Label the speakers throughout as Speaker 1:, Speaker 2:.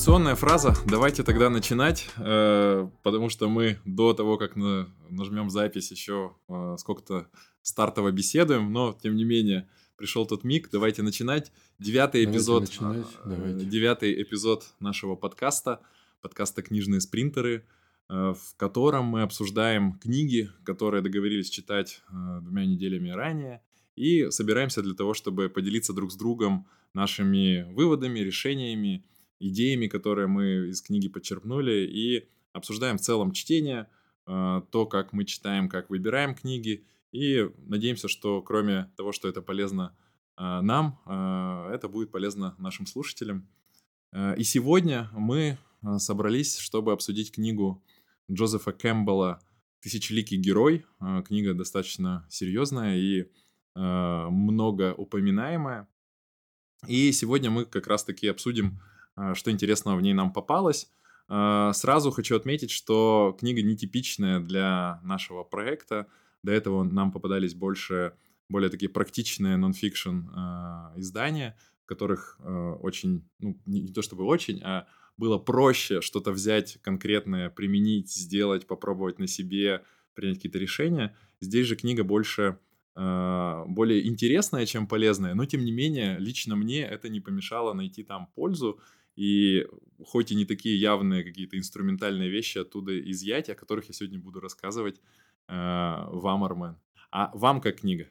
Speaker 1: Традиционная фраза. Давайте тогда начинать, потому что мы до того, как нажмем запись, еще сколько-то стартово беседуем, но тем не менее пришел тот миг. Давайте начинать.
Speaker 2: Давайте начинать, давайте.
Speaker 1: Девятый эпизод нашего подкаста «Книжные спринтеры», в котором мы обсуждаем книги, которые договорились читать 2 неделями ранее, и собираемся для того, чтобы поделиться друг с другом нашими выводами, решениями, идеями, которые мы из книги подчерпнули, и обсуждаем в целом чтение, то, как мы читаем, как выбираем книги, и надеемся, что кроме того, что это полезно нам, это будет полезно нашим слушателям. И сегодня мы собрались, чтобы обсудить книгу Джозефа Кэмпбелла «Тысячеликий герой». Книга достаточно серьезная и много упоминаемая. И сегодня мы как раз-таки обсудим, что интересного в ней нам попалось. Сразу хочу отметить, что книга нетипичная для нашего проекта. До этого нам попадались более такие практичные нон-фикшн издания, в которых очень, не то чтобы очень, а было проще что-то взять конкретное, применить, сделать, попробовать на себе, принять какие-то решения. Здесь же книга более интересная, чем полезная, но тем не менее, лично мне это не помешало найти там пользу, и хоть и не такие явные какие-то инструментальные вещи оттуда изъять, о которых я сегодня буду рассказывать вам, Армен. А вам как книга?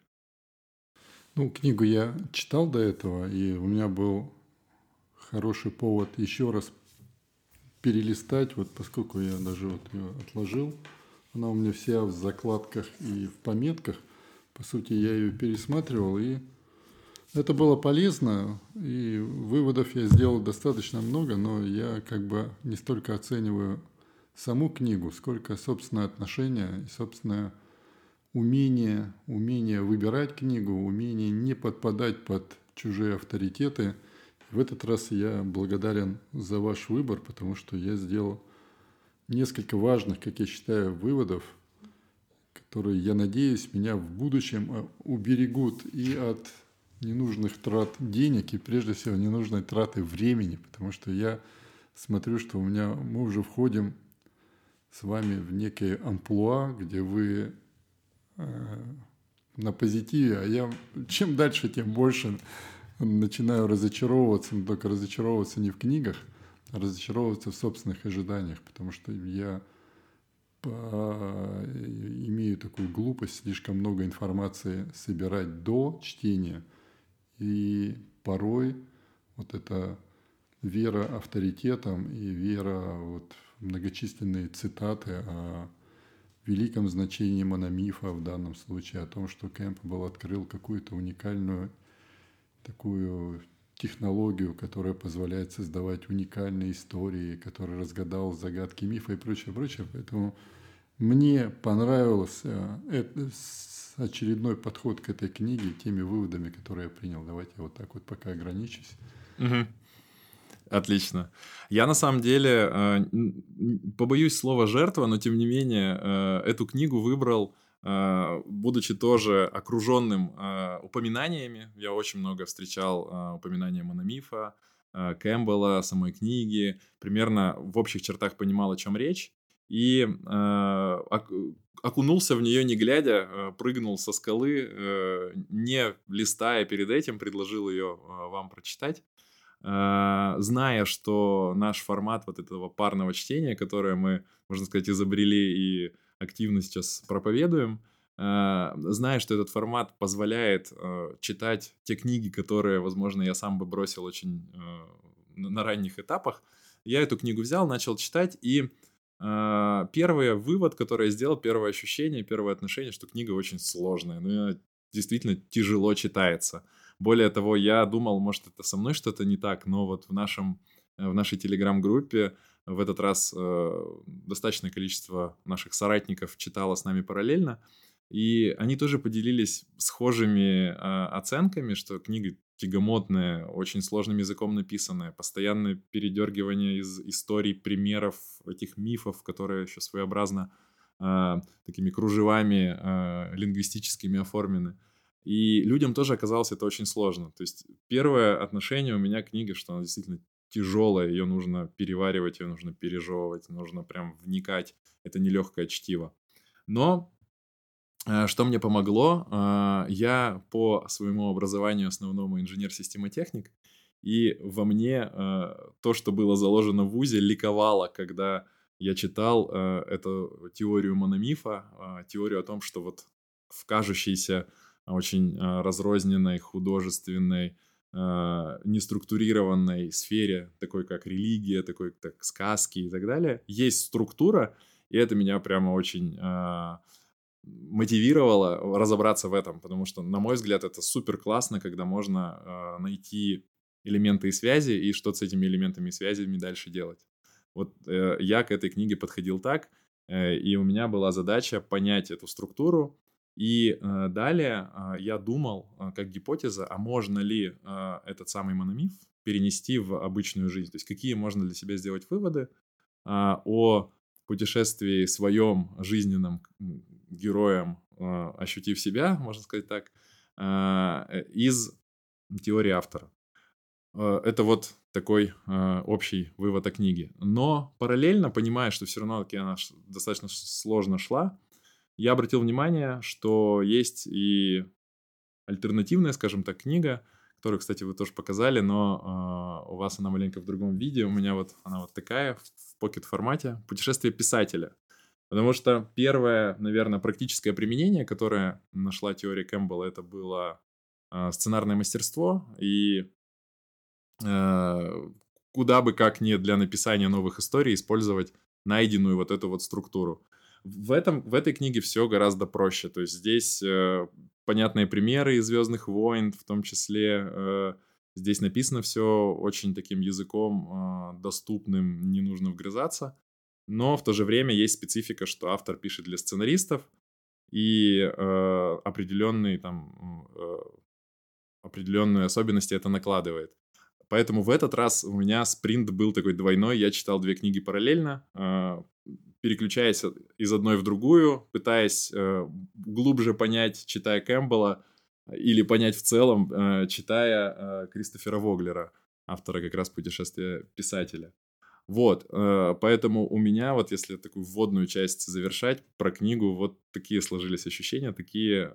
Speaker 2: Книгу я читал до этого, и у меня был хороший повод еще раз перелистать, поскольку я даже ее отложил. Она у меня вся в закладках и в пометках. По сути, я ее пересматривал, и это было полезно, и выводов я сделал достаточно много, но я не столько оцениваю саму книгу, сколько собственное отношение и собственное умение выбирать книгу, умение не подпадать под чужие авторитеты. В этот раз я благодарен за ваш выбор, потому что я сделал несколько важных, как я считаю, выводов, которые, я надеюсь, меня в будущем уберегут и от ненужных трат денег, и прежде всего ненужной траты времени, потому что я смотрю, что мы уже входим с вами в некое амплуа, где вы на позитиве, а я чем дальше, тем больше начинаю разочаровываться, но только разочаровываться не в книгах, а разочаровываться в собственных ожиданиях, потому что я имею такую глупость слишком много информации собирать до чтения, и порой эта вера авторитетам и вера в многочисленные цитаты о великом значении мономифа в данном случае, о том, что Кэмпбелл открыл какую-то уникальную такую технологию, которая позволяет создавать уникальные истории, который разгадал загадки мифа и прочее, прочее. Поэтому мне понравился очередной подход к этой книге, теми выводами, которые я принял. Давайте я так пока ограничусь.
Speaker 1: Угу. Отлично. Я на самом деле побоюсь слова «жертва», но тем не менее эту книгу выбрал, будучи тоже окруженным упоминаниями. Я очень много встречал упоминания мономифа, Кэмпбелла, самой книги. Примерно в общих чертах понимал, о чем речь. И окунулся в нее не глядя, прыгнул со скалы, не листая перед этим, предложил ее вам прочитать. Зная, что наш формат этого парного чтения, которое мы, можно сказать, изобрели и активно сейчас проповедуем, зная, что этот формат позволяет читать те книги, которые, возможно, я сам бы бросил очень на ранних этапах, я эту книгу взял, начал читать, и первый вывод, который я сделал, первое ощущение, первое отношение, что книга очень сложная, но действительно тяжело читается. Более того, я думал, может, это со мной что-то не так, но в нашей телеграм-группе в этот раз достаточное количество наших соратников читало с нами параллельно, и они тоже поделились схожими оценками, что книга тягомотная, очень сложным языком написанная, постоянное передергивание из историй, примеров этих мифов, которые еще своеобразно такими кружевами лингвистическими оформлены. И людям тоже оказалось это очень сложно. То есть первое отношение у меня к книге, что она действительно тяжелая, ее нужно переваривать, ее нужно пережевывать, нужно прям вникать. Это нелегкое чтиво. Но что мне помогло? Я по своему образованию основному инженер-системотехник, и во мне то, что было заложено в ВУЗе, ликовало, когда я читал эту теорию мономифа, теорию о том, что вот в кажущейся очень разрозненной, художественной, неструктурированной сфере, такой как религия, такой как сказки и так далее, есть структура, и это меня прямо очень мотивировало разобраться в этом, потому что, на мой взгляд, это супер классно, когда можно найти элементы и связи, и что с этими элементами и связями дальше делать. Вот я к этой книге подходил так, и у меня была задача понять эту структуру, и далее я думал, как гипотеза, а можно ли этот самый мономиф перенести в обычную жизнь, то есть какие можно для себя сделать выводы о путешествии своем жизненном героем, ощутив себя, можно сказать так, из теории автора. Это вот такой общий вывод о книге. Но параллельно, понимая, что все равно она достаточно сложно шла, я обратил внимание, что есть и альтернативная, скажем так, книга, которую, кстати, вы тоже показали, но у вас она маленько в другом виде. У меня вот она вот такая, в покет-формате. «Путешествие писателя». Потому что первое, наверное, практическое применение, которое нашла теория Кэмпбелла, это было сценарное мастерство. И куда бы как ни для написания новых историй использовать найденную вот эту вот структуру. В этой книге все гораздо проще. То есть здесь понятные примеры из «Звездных войн», в том числе здесь написано все очень таким языком доступным, не нужно вгрызаться. Но в то же время есть специфика, что автор пишет для сценаристов, и определенные особенности это накладывает. Поэтому в этот раз у меня спринт был такой двойной. Я читал две книги параллельно, переключаясь из одной в другую, пытаясь глубже понять, читая Кэмпбелла, или понять в целом, читая Кристофера Воглера, автора как раз «Путешествия писателя». Вот, поэтому у меня, вот если такую вводную часть завершать про книгу, вот такие сложились ощущения, такие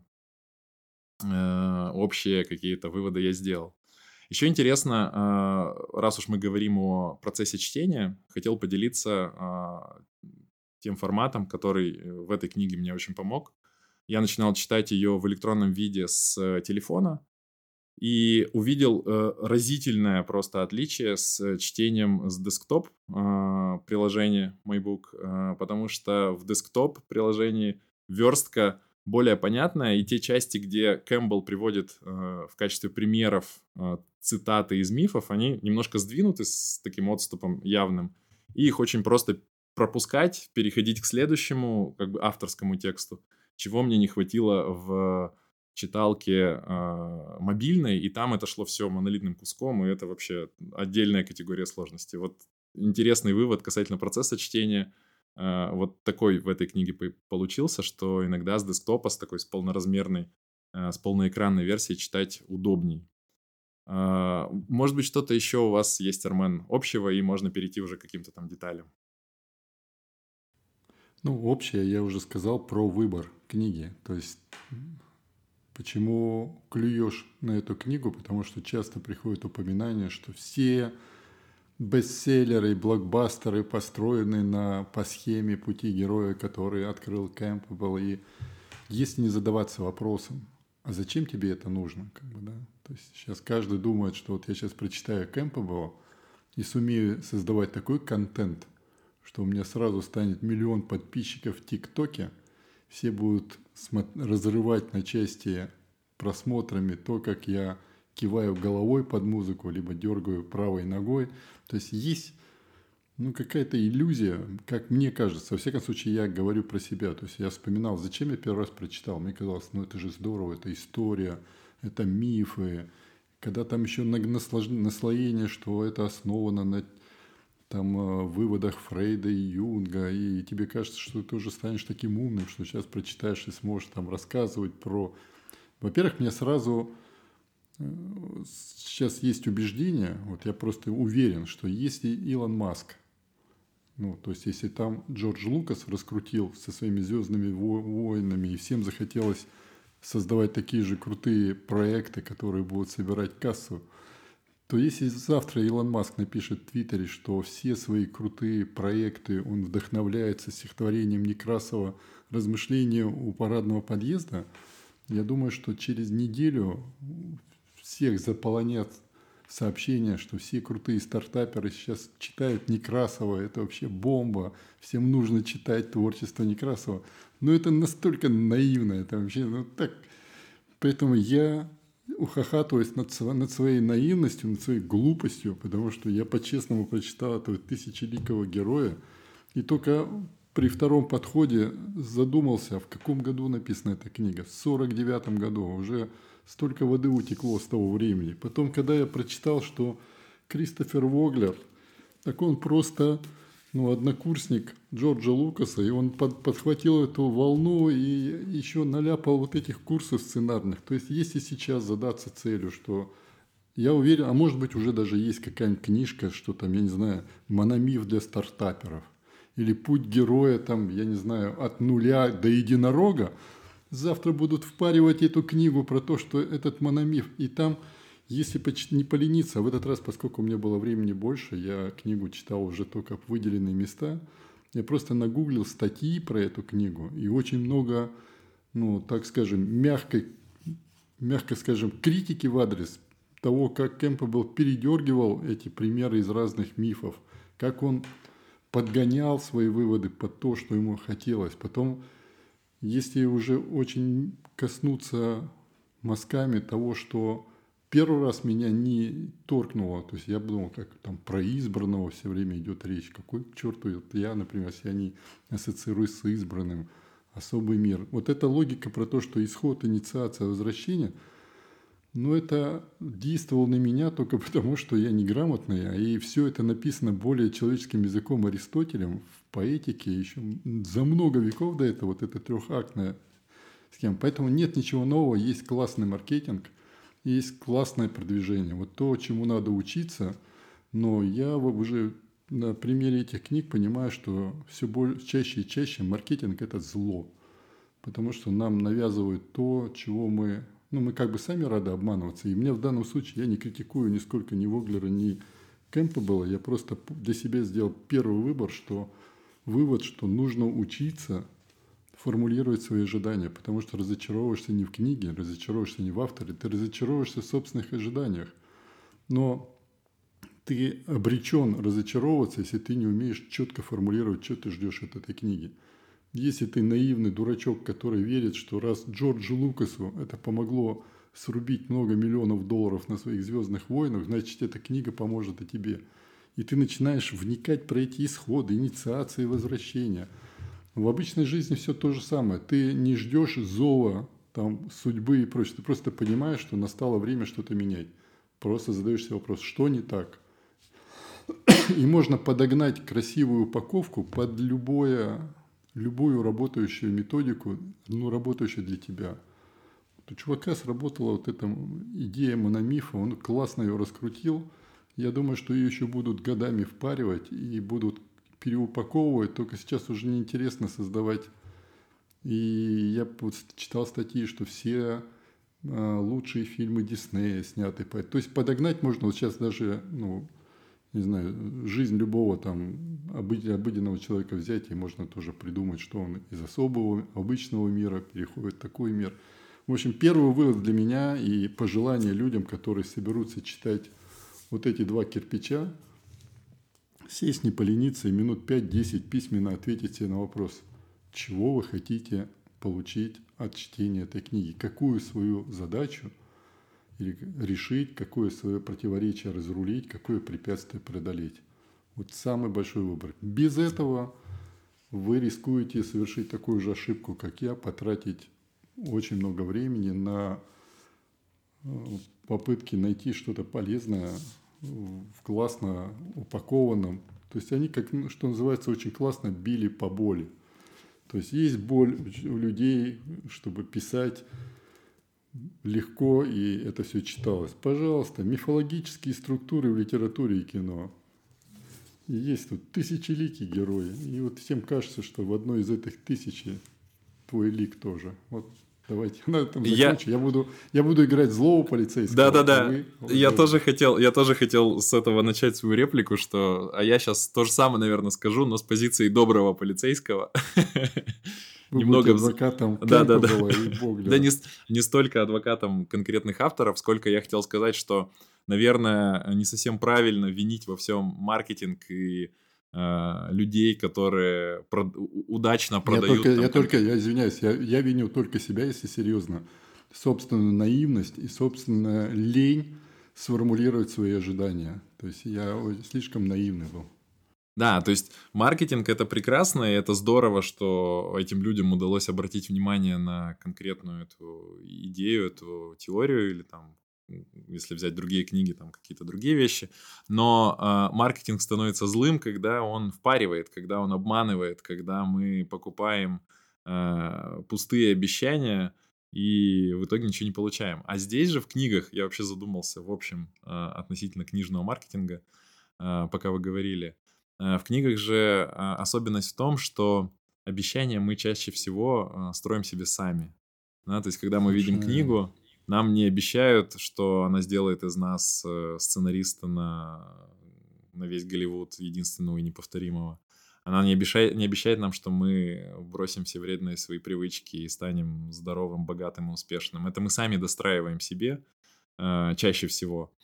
Speaker 1: общие какие-то выводы я сделал. Еще интересно, раз уж мы говорим о процессе чтения, хотел поделиться тем форматом, который в этой книге мне очень помог. Я начинал читать ее в электронном виде с телефона и увидел разительное просто отличие с чтением с десктоп приложения MyBook, потому что в десктоп приложении верстка более понятная, и те части, где Кэмпбелл приводит в качестве примеров цитаты из мифов, они немножко сдвинуты с таким отступом явным, и их очень просто пропускать, переходить к следующему, как бы авторскому тексту, чего мне не хватило в читалке мобильной, и там это шло все монолитным куском, и это вообще отдельная категория сложности. Вот интересный вывод касательно процесса чтения. Вот такой в этой книге получился, что иногда с десктопа, с такой с полноразмерной, с полноэкранной версией читать удобней. Может быть, что-то еще у вас есть, Армен, общего, и можно перейти уже к каким-то там деталям.
Speaker 2: Ну, общее я уже сказал про выбор книги. То есть, почему клюешь на эту книгу? Потому что часто приходит упоминание, что все бестселлеры и блокбастеры построены по схеме пути героя, который открыл Кэмпбелл. И если не задаваться вопросом, а зачем тебе это нужно? Как бы, да? То есть сейчас каждый думает, что вот я сейчас прочитаю Кэмпбелла и сумею создавать такой контент, что у меня сразу станет 1 000 000 подписчиков в ТикТоке, все будут разрывать на части просмотрами то, как я киваю головой под музыку, либо дергаю правой ногой. То есть какая-то иллюзия, как мне кажется. Во всяком случае, я говорю про себя. То есть я вспоминал, зачем я первый раз прочитал. Мне казалось, это же здорово, это история, это мифы. Когда там еще наслоение, что это основано на выводах Фрейда и Юнга, и тебе кажется, что ты уже станешь таким умным, что сейчас прочитаешь и сможешь рассказывать про... Во-первых, мне сразу сейчас есть убеждение, вот я просто уверен, что если Илон Маск, ну, то есть если там Джордж Лукас раскрутил со своими «Звездными войнами» и всем захотелось создавать такие же крутые проекты, которые будут собирать кассу, то если завтра Илон Маск напишет в Твиттере, что все свои крутые проекты он вдохновляется стихотворением Некрасова «Размышления у парадного подъезда», я думаю, что через неделю всех заполонят сообщения, что все крутые стартаперы сейчас читают Некрасова, это вообще бомба, всем нужно читать творчество Некрасова. Но это настолько наивно, это вообще, ну так. Поэтому я ухахатываюсь над своей наивностью, над своей глупостью, потому что я по-честному прочитал этого тысячеликого героя, и только при втором подходе задумался, в каком году написана эта книга. В 49-м году. Уже столько воды утекло с того времени. Потом, когда я прочитал, что Кристофер Воглер, так он просто однокурсник Джорджа Лукаса, и он подхватил эту волну и еще наляпал вот этих курсов сценарных. То есть, если сейчас задаться целью, что я уверен, а может быть уже даже есть какая-нибудь книжка, что там, я не знаю, «Мономиф для стартаперов», или «Путь героя», там, я не знаю, «От нуля до единорога», завтра будут впаривать эту книгу про то, что этот мономиф, и там, если не полениться, а в этот раз, поскольку у меня было времени больше, я книгу читал уже только в выделенные места, я просто нагуглил статьи про эту книгу, и очень много, так скажем, мягко скажем, критики в адрес того, как Кэмпбелл передергивал эти примеры из разных мифов, как он подгонял свои выводы под то, что ему хотелось. Потом, если уже очень коснуться мазками того, что первый раз меня не торкнуло, то есть я думал, как там про избранного все время идет речь. Какой к черту я, например, если я не ассоциируюсь с избранным, особый мир. Вот эта логика про то, что исход, инициация, возвращение – это действовало на меня только потому, что я неграмотный, и все это написано более человеческим языком Аристотелем в поэтике еще за много веков до этого, вот эта трехактная схема. Поэтому нет ничего нового, есть классный маркетинг, есть классное продвижение. Вот то, чему надо учиться, но я уже на примере этих книг понимаю, что все чаще и чаще маркетинг – это зло, потому что нам навязывают то, чего мы как бы сами рады обманываться. И мне в данном случае, я не критикую нисколько ни Воглера, ни Кэмпбелла, я просто для себя сделал первый вывод, что нужно учиться формулировать свои ожидания, потому что разочаровываешься не в книге, разочаровываешься не в авторе, ты разочаровываешься в собственных ожиданиях. Но ты обречен разочаровываться, если ты не умеешь четко формулировать, что ты ждешь от этой книги. Если ты наивный дурачок, который верит, что раз Джорджу Лукасу это помогло срубить много миллионов долларов на своих «Звездных войнах», значит, эта книга поможет и тебе. И ты начинаешь вникать про эти исходы, инициации, возвращения. В обычной жизни все то же самое. Ты не ждешь зова, судьбы и прочее. Ты просто понимаешь, что настало время что-то менять. Просто задаешь себе вопрос, что не так? И можно подогнать красивую упаковку под любую работающую методику, работающую для тебя. У чувака сработала вот эта идея мономифа, он классно ее раскрутил. Я думаю, что ее еще будут годами впаривать и будут переупаковывать, только сейчас уже неинтересно создавать. И я читал статьи, что все лучшие фильмы Диснея сняты. То есть подогнать можно вот сейчас даже, не знаю, жизнь любого обыденного человека взять, и можно тоже придумать, что он из особого, обычного мира переходит в такой мир. В общем, первый вывод для меня и пожелание людям, которые соберутся читать вот эти два кирпича, сесть, не полениться и минут 5-10 письменно ответить себе на вопрос, чего вы хотите получить от чтения этой книги, какую свою задачу или решить, какое свое противоречие разрулить, какое препятствие преодолеть. Вот самый большой выбор. Без этого вы рискуете совершить такую же ошибку, как я, потратить очень много времени на попытки найти что-то полезное в классно упакованном. То есть они, как, что называется, очень классно били по боли. То есть есть боль у людей, чтобы писать легко, и это все читалось. Пожалуйста, мифологические структуры в литературе и кино. И есть тут тысячеликий герой. И вот всем кажется, что в одной из этих тысячи твой лик тоже. Вот давайте на этом
Speaker 1: Я,
Speaker 2: закончим. Я буду играть злого полицейского, а
Speaker 1: Да-да-да.
Speaker 2: вы
Speaker 1: Я тоже хотел с этого начать свою реплику, что... А я сейчас то же самое, наверное, скажу, но с позиции доброго полицейского.
Speaker 2: вы будете
Speaker 1: Немного...
Speaker 2: адвокатом
Speaker 1: Да-да-да.
Speaker 2: Кэмпбелла и
Speaker 1: Да
Speaker 2: Боглера.
Speaker 1: не столько адвокатом конкретных авторов, сколько я хотел сказать, что, наверное, не совсем правильно винить во всем маркетинг и людей, которые удачно продают там
Speaker 2: Я извиняюсь, я виню только себя, если серьезно. Собственную наивность и собственную лень сформулировать свои ожидания. То есть я слишком наивный был.
Speaker 1: Да, то есть маркетинг это прекрасно, и это здорово, что этим людям удалось обратить внимание на конкретную эту идею, эту теорию, или там, если взять другие книги, там какие-то другие вещи. Но маркетинг становится злым, когда он впаривает, когда он обманывает, когда мы покупаем пустые обещания и в итоге ничего не получаем. А здесь же в книгах, я вообще задумался, в общем, относительно книжного маркетинга, пока вы говорили. В книгах же особенность в том, что обещания мы чаще всего строим себе сами. Да, то есть, когда мы видим
Speaker 2: Совершенно верно.
Speaker 1: книгу, нам не обещают, что она сделает из нас сценариста на весь Голливуд, единственного и неповторимого. Она не обещает нам, что мы бросим все вредные свои привычки и станем здоровым, богатым и успешным. Это мы сами достраиваем себе чаще всего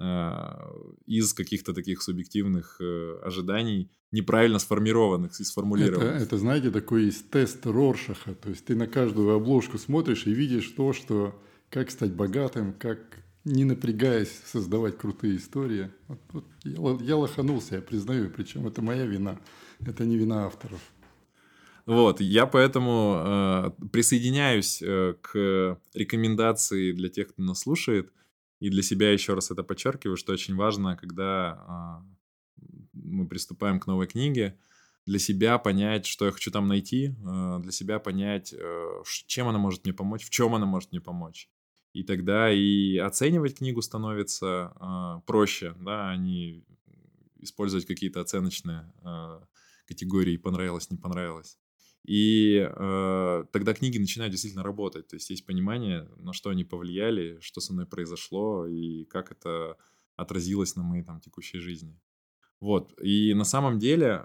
Speaker 1: из каких-то таких субъективных ожиданий, неправильно сформированных и сформулированных.
Speaker 2: Это, знаете, такой есть тест Роршаха. То есть ты на каждую обложку смотришь и видишь то, что как стать богатым, как не напрягаясь создавать крутые истории. Я лоханулся, я признаю, причем это моя вина, это не вина авторов.
Speaker 1: Вот, я поэтому присоединяюсь к рекомендации для тех, кто нас слушает, и для себя еще раз это подчеркиваю, что очень важно, когда мы приступаем к новой книге, для себя понять, что я хочу там найти, для себя понять, чем она может мне помочь, в чем она может мне помочь. И тогда и оценивать книгу становится проще, да, а не использовать какие-то оценочные категории «понравилось», «не понравилось». И тогда книги начинают действительно работать. То есть есть понимание, на что они повлияли, что со мной произошло и как это отразилось на моей там текущей жизни. Вот. И на самом деле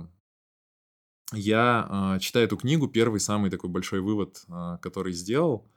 Speaker 1: я читаю эту книгу, первый самый такой большой вывод, который сделал,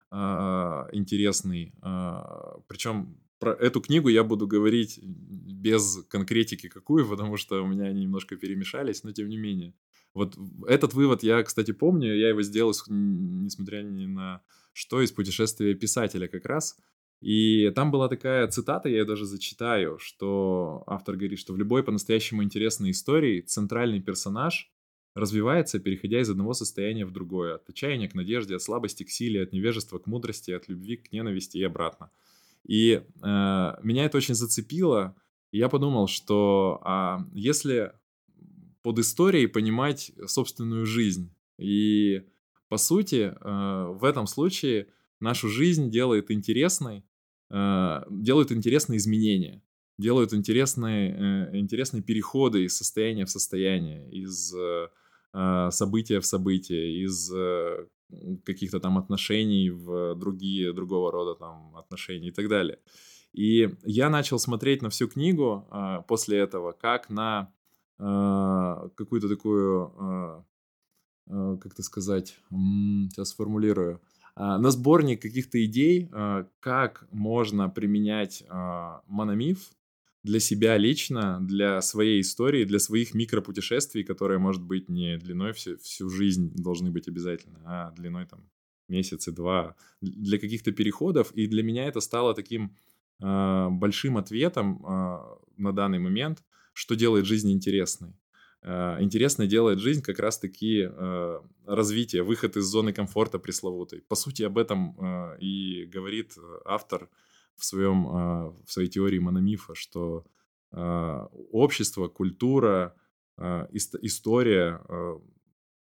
Speaker 1: интересный. Причем про эту книгу я буду говорить без конкретики какую, потому что у меня они немножко перемешались, но тем не менее. Вот этот вывод я, кстати, помню, я его сделал, несмотря ни на что, из «Путешествия писателя» как раз. И там была такая цитата, я ее даже зачитаю, что автор говорит, что в любой по-настоящему интересной истории центральный персонаж развивается, переходя из одного состояния в другое. От отчаяния к надежде, от слабости к силе, от невежества к мудрости, от любви к ненависти и обратно. И меня это очень зацепило. И я подумал, что если под историей понимать собственную жизнь, и по сути в этом случае нашу жизнь делает интересной, делают интересные изменения, делают интересные переходы из состояния в состояние, из события в события, из каких-то там отношений в другого рода там отношений и так далее. И я начал смотреть на всю книгу после этого как на какую-то такую, как это сказать, сейчас сформулирую, на сборник каких-то идей, как можно применять мономиф для себя лично, для своей истории, для своих микропутешествий, которые, может быть, не длиной всю жизнь должны быть обязательно, а длиной там месяцы, два, для каких-то переходов. И для меня это стало таким большим ответом на данный момент, что делает жизнь интересной. Интересной делает жизнь как раз-таки развитие, выход из зоны комфорта пресловутой. По сути, об этом и говорит автор в своей теории мономифа, что общество, культура, история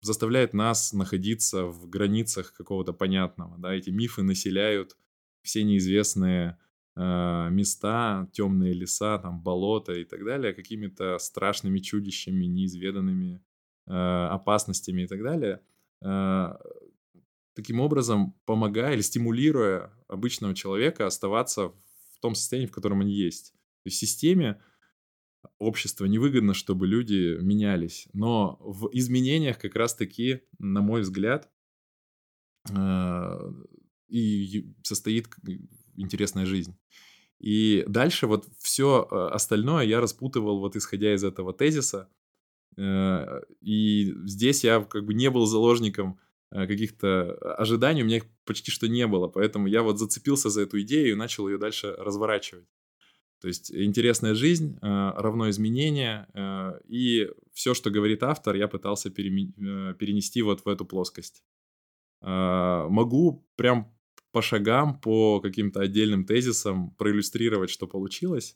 Speaker 1: заставляет нас находиться в границах какого-то понятного, да, эти мифы населяют все неизвестные места, темные леса, там, болота и так далее, какими-то страшными чудищами, неизведанными опасностями и так далее. Э, Таким образом, помогая или стимулируя обычного человека оставаться в том состоянии, в котором они есть. То есть системе общества невыгодно, чтобы люди менялись. Но в изменениях как раз-таки, на мой взгляд, э, и состоит интересная жизнь. И дальше вот все остальное я распутывал вот исходя из этого тезиса. И здесь я как бы не был заложником каких-то ожиданий, у меня их почти что не было, поэтому я вот зацепился за эту идею и начал ее дальше разворачивать. То есть интересная жизнь равно изменения, и все, что говорит автор, я пытался перенести вот в эту плоскость. Могу прям по шагам, по каким-то отдельным тезисам проиллюстрировать, что получилось.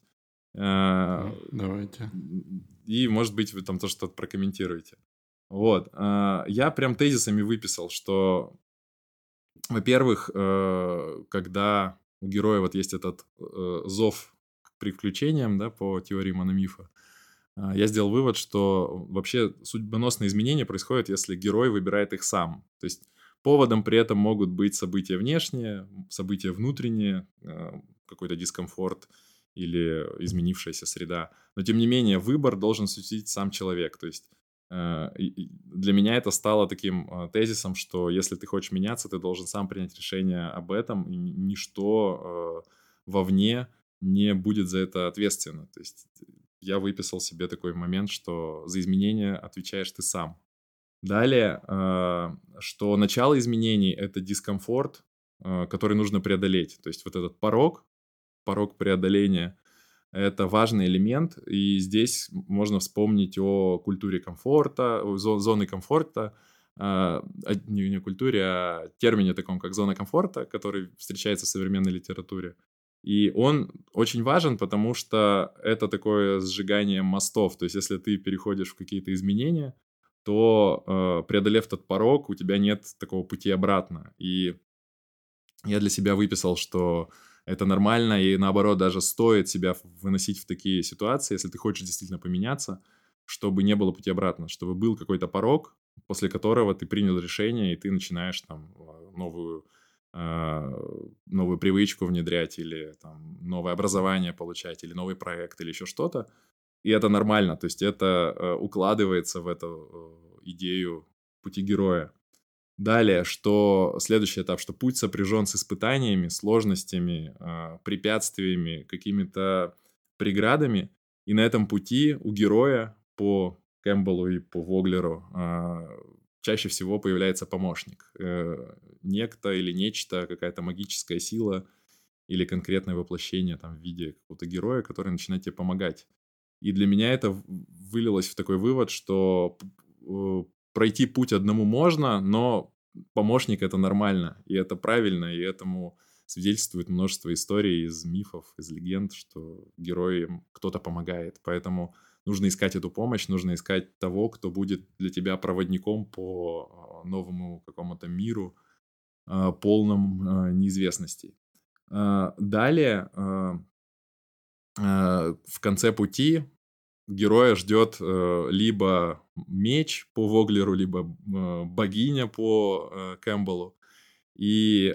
Speaker 2: Давайте.
Speaker 1: И, может быть, вы там тоже что-то прокомментируете. Вот. Я прям тезисами выписал, что, во-первых, когда у героя вот есть этот зов к приключениям, да, по теории мономифа, я сделал вывод, что вообще судьбоносные изменения происходят, если герой выбирает их сам. То есть поводом при этом могут быть события внешние, события внутренние, какой-то дискомфорт или изменившаяся среда. Но тем не менее выбор должен осуществить сам человек. То есть для меня это стало таким тезисом, что если ты хочешь меняться, ты должен сам принять решение об этом, и ничто вовне не будет за это ответственно. То есть я выписал себе такой момент, что за изменения отвечаешь ты сам. Далее, что начало изменений — это дискомфорт, который нужно преодолеть. То есть вот этот порог преодоления — это важный элемент, и здесь можно вспомнить о культуре комфорта, зоны комфорта, не культуре, а термине таком, как зона комфорта, который встречается в современной литературе. И он очень важен, потому что это такое сжигание мостов. То есть если ты переходишь в какие-то изменения, то, преодолев этот порог, у тебя нет такого пути обратно. И я для себя выписал, что это нормально, и наоборот, даже стоит себя выносить в такие ситуации, если ты хочешь действительно поменяться, чтобы не было пути обратно, чтобы был какой-то порог, после которого ты принял решение, и ты начинаешь там новую привычку внедрять, или там новое образование получать, или новый проект, или еще что-то. И это нормально, то есть это укладывается в эту идею пути героя. Далее, что следующий этап, что путь сопряжен с испытаниями, сложностями, препятствиями, какими-то преградами. И на этом пути у героя по Кэмпбеллу и по Воглеру чаще всего появляется помощник. Некто или нечто, какая-то магическая сила или конкретное воплощение там, в виде какого-то героя, который начинает тебе помогать. И для меня это вылилось в такой вывод, что пройти путь одному можно, но помощник — это нормально, и это правильно, и этому свидетельствует множество историй из мифов, из легенд, что героям кто-то помогает. Поэтому нужно искать эту помощь, нужно искать того, кто будет для тебя проводником по новому какому-то миру, полном неизвестностей. Далее, в конце пути героя ждет либо меч по Воглеру, либо богиня по Кэмпбеллу. И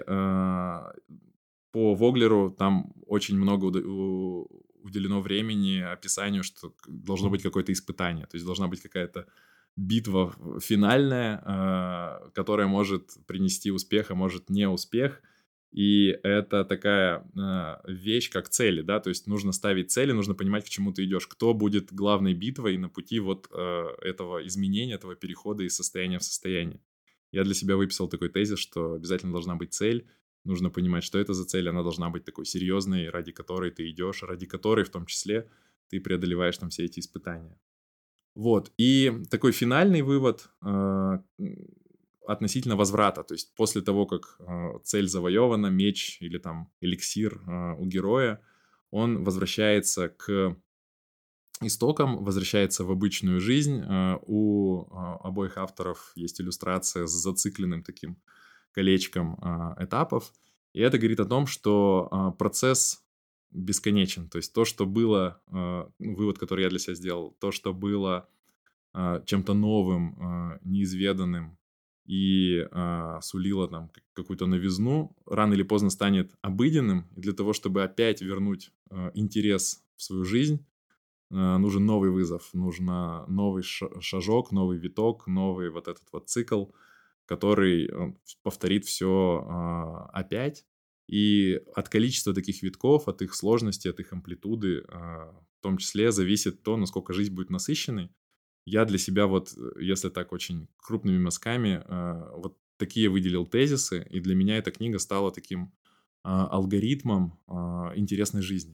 Speaker 1: по Воглеру там очень много уделено времени описанию, что должно быть какое-то испытание. То есть должна быть какая-то битва финальная, которая может принести успех, а может не успех. И это такая вещь, как цели, да, то есть нужно ставить цели, нужно понимать, к чему ты идешь, кто будет главной битвой на пути вот этого изменения, этого перехода из состояния в состояние. Я для себя выписал такой тезис, что обязательно должна быть цель, нужно понимать, что это за цель, она должна быть такой серьезной, ради которой ты идешь, ради которой в том числе ты преодолеваешь там все эти испытания. Вот, и такой финальный вывод относительно возврата. То есть после того, как цель завоевана, меч или там эликсир у героя, он возвращается к истокам, возвращается в обычную жизнь. У обоих авторов есть иллюстрация с зацикленным таким колечком этапов. И это говорит о том, что процесс бесконечен. То есть то, что было, вывод, который я для себя сделал, то, что было чем-то новым, неизведанным и сулило там какую-то новизну, рано или поздно станет обыденным. И для того, чтобы опять вернуть интерес в свою жизнь, нужен новый вызов, нужно новый шажок, новый виток, новый вот этот вот цикл, который повторит все опять. И от количества таких витков, от их сложности, от их амплитуды, в том числе зависит то, насколько жизнь будет насыщенной. Я для себя вот, если так очень крупными мазками, вот такие выделил тезисы, и для меня эта книга стала таким алгоритмом интересной жизни.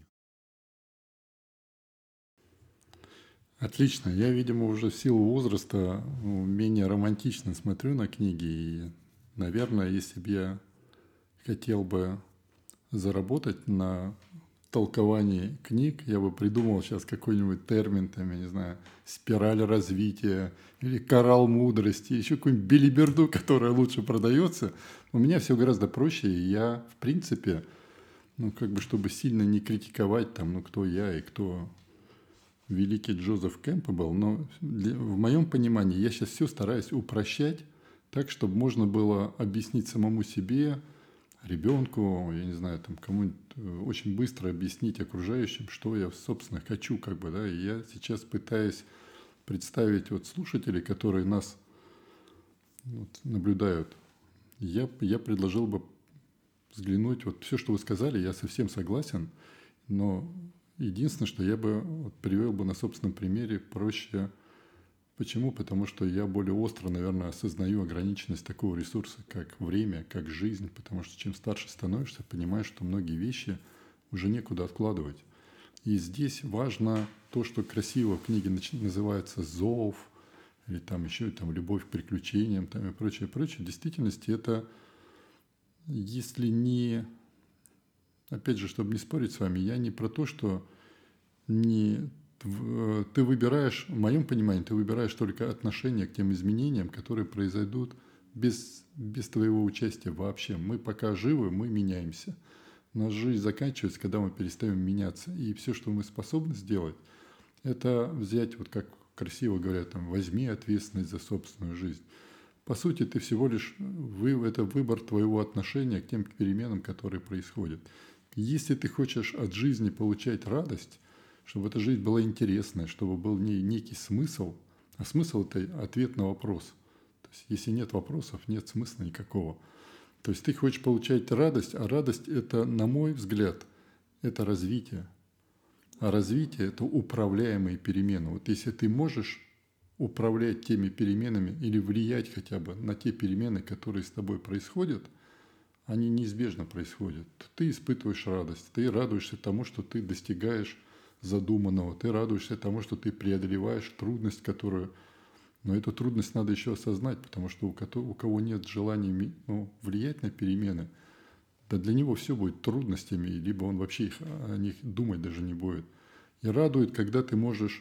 Speaker 2: Отлично. Я, видимо, уже в силу возраста менее романтично смотрю на книги. И, наверное, если бы я хотел бы заработать на толковании книг, я бы придумал сейчас какой-нибудь термин, там, я не знаю, спираль развития или коралл мудрости, еще какую-нибудь белиберду, которая лучше продается. У меня все гораздо проще, и я, в принципе, чтобы сильно не критиковать, там, кто я и кто великий Джозеф Кэмпбелл, но в моем понимании я сейчас все стараюсь упрощать так, чтобы можно было объяснить самому себе, ребенку, я не знаю, там кому-нибудь очень быстро объяснить окружающим, что я, собственно, хочу, да, и я сейчас пытаюсь представить слушателей, которые нас наблюдают. Я предложил бы взглянуть, все, что вы сказали, я совсем согласен, но единственное, что я бы привел бы на собственном примере проще. Почему? Потому что я более остро, наверное, осознаю ограниченность такого ресурса, как время, как жизнь. Потому что чем старше становишься, понимаешь, что многие вещи уже некуда откладывать. И здесь важно то, что красиво в книге называется «зов», или там еще «любовь к приключениям» там, и прочее, прочее. В действительности это, если не... Опять же, чтобы не спорить с вами, я не про то, что ты выбираешь, в моем понимании, ты выбираешь только отношение к тем изменениям, которые произойдут без твоего участия вообще. Мы пока живы, мы меняемся. Наша жизнь заканчивается, когда мы перестаем меняться. И все, что мы способны сделать, это взять, как красиво говорят, возьми ответственность за собственную жизнь. По сути, ты всего лишь, это выбор твоего отношения к тем переменам, которые происходят. Если ты хочешь от жизни получать радость, чтобы эта жизнь была интересная, чтобы был в ней некий смысл, а смысл – это ответ на вопрос. То есть, если нет вопросов, нет смысла никакого. То есть, ты хочешь получать радость, а радость – это, на мой взгляд, это развитие. А развитие – это управляемые перемены. Если ты можешь управлять теми переменами или влиять хотя бы на те перемены, которые с тобой происходят, они неизбежно происходят. Ты испытываешь радость, ты радуешься тому, что ты достигаешь задуманного, ты радуешься тому, что ты преодолеваешь трудность, которую... Но эту трудность надо еще осознать, потому что у кого нет желания влиять на перемены, да для него все будет трудностями, либо он вообще о них думать даже не будет. И радует, когда ты можешь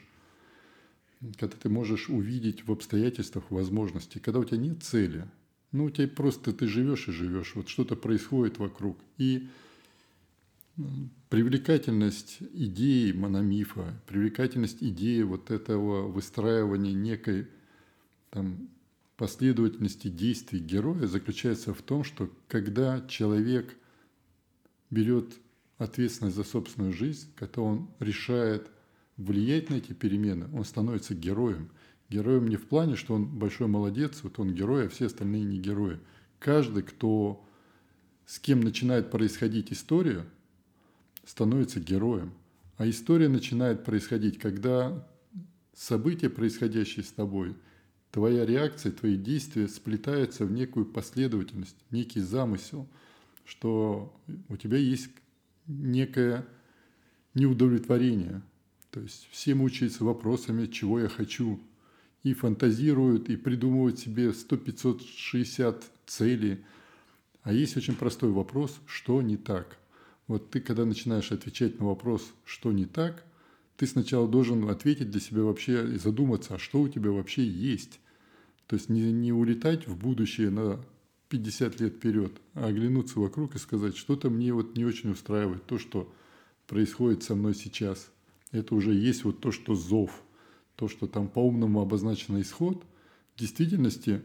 Speaker 2: увидеть в обстоятельствах возможности, когда у тебя нет цели, у тебя просто ты живешь и живешь, что-то происходит вокруг. И привлекательность идеи мономифа, привлекательность идеи этого выстраивания некой последовательности действий героя заключается в том, что когда человек берет ответственность за собственную жизнь, когда он решает влиять на эти перемены, он становится героем. Героем не в плане, что он большой молодец, он герой, а все остальные не герои. Каждый, с кем начинает происходить история, становится героем. А история начинает происходить, когда события, происходящие с тобой, твоя реакция, твои действия сплетаются в некую последовательность, некий замысел, что у тебя есть некое неудовлетворение. То есть все мучаются вопросами, чего я хочу, и фантазируют, и придумывают себе 100, 500, 60 целей. А есть очень простой вопрос, что не так. Ты, когда начинаешь отвечать на вопрос, что не так, ты сначала должен ответить для себя вообще и задуматься, а что у тебя вообще есть. То есть не улетать в будущее на 50 лет вперед, а оглянуться вокруг и сказать, что-то мне вот не очень устраивает, то, что происходит со мной сейчас. Это уже есть вот то, что зов, то, что там по-умному обозначено исход. В действительности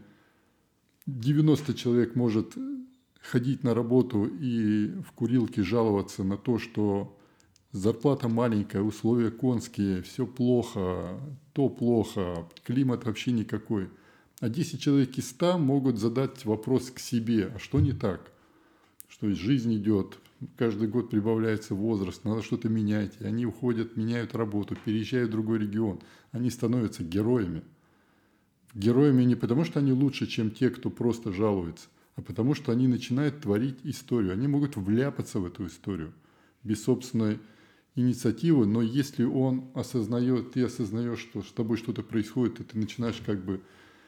Speaker 2: 90 человек может ходить на работу и в курилке жаловаться на то, что зарплата маленькая, условия конские, все плохо, то плохо, климат вообще никакой. А 10 человек из 100 могут задать вопрос к себе, а что не так? Что жизнь идет, каждый год прибавляется возраст, надо что-то менять. И они уходят, меняют работу, переезжают в другой регион. Они становятся героями. Героями не потому, что они лучше, чем те, кто просто жалуется, а потому, что они начинают творить историю. Они могут вляпаться в эту историю без собственной инициативы, но если он осознает, ты осознаешь, что с тобой что-то происходит, и ты начинаешь как бы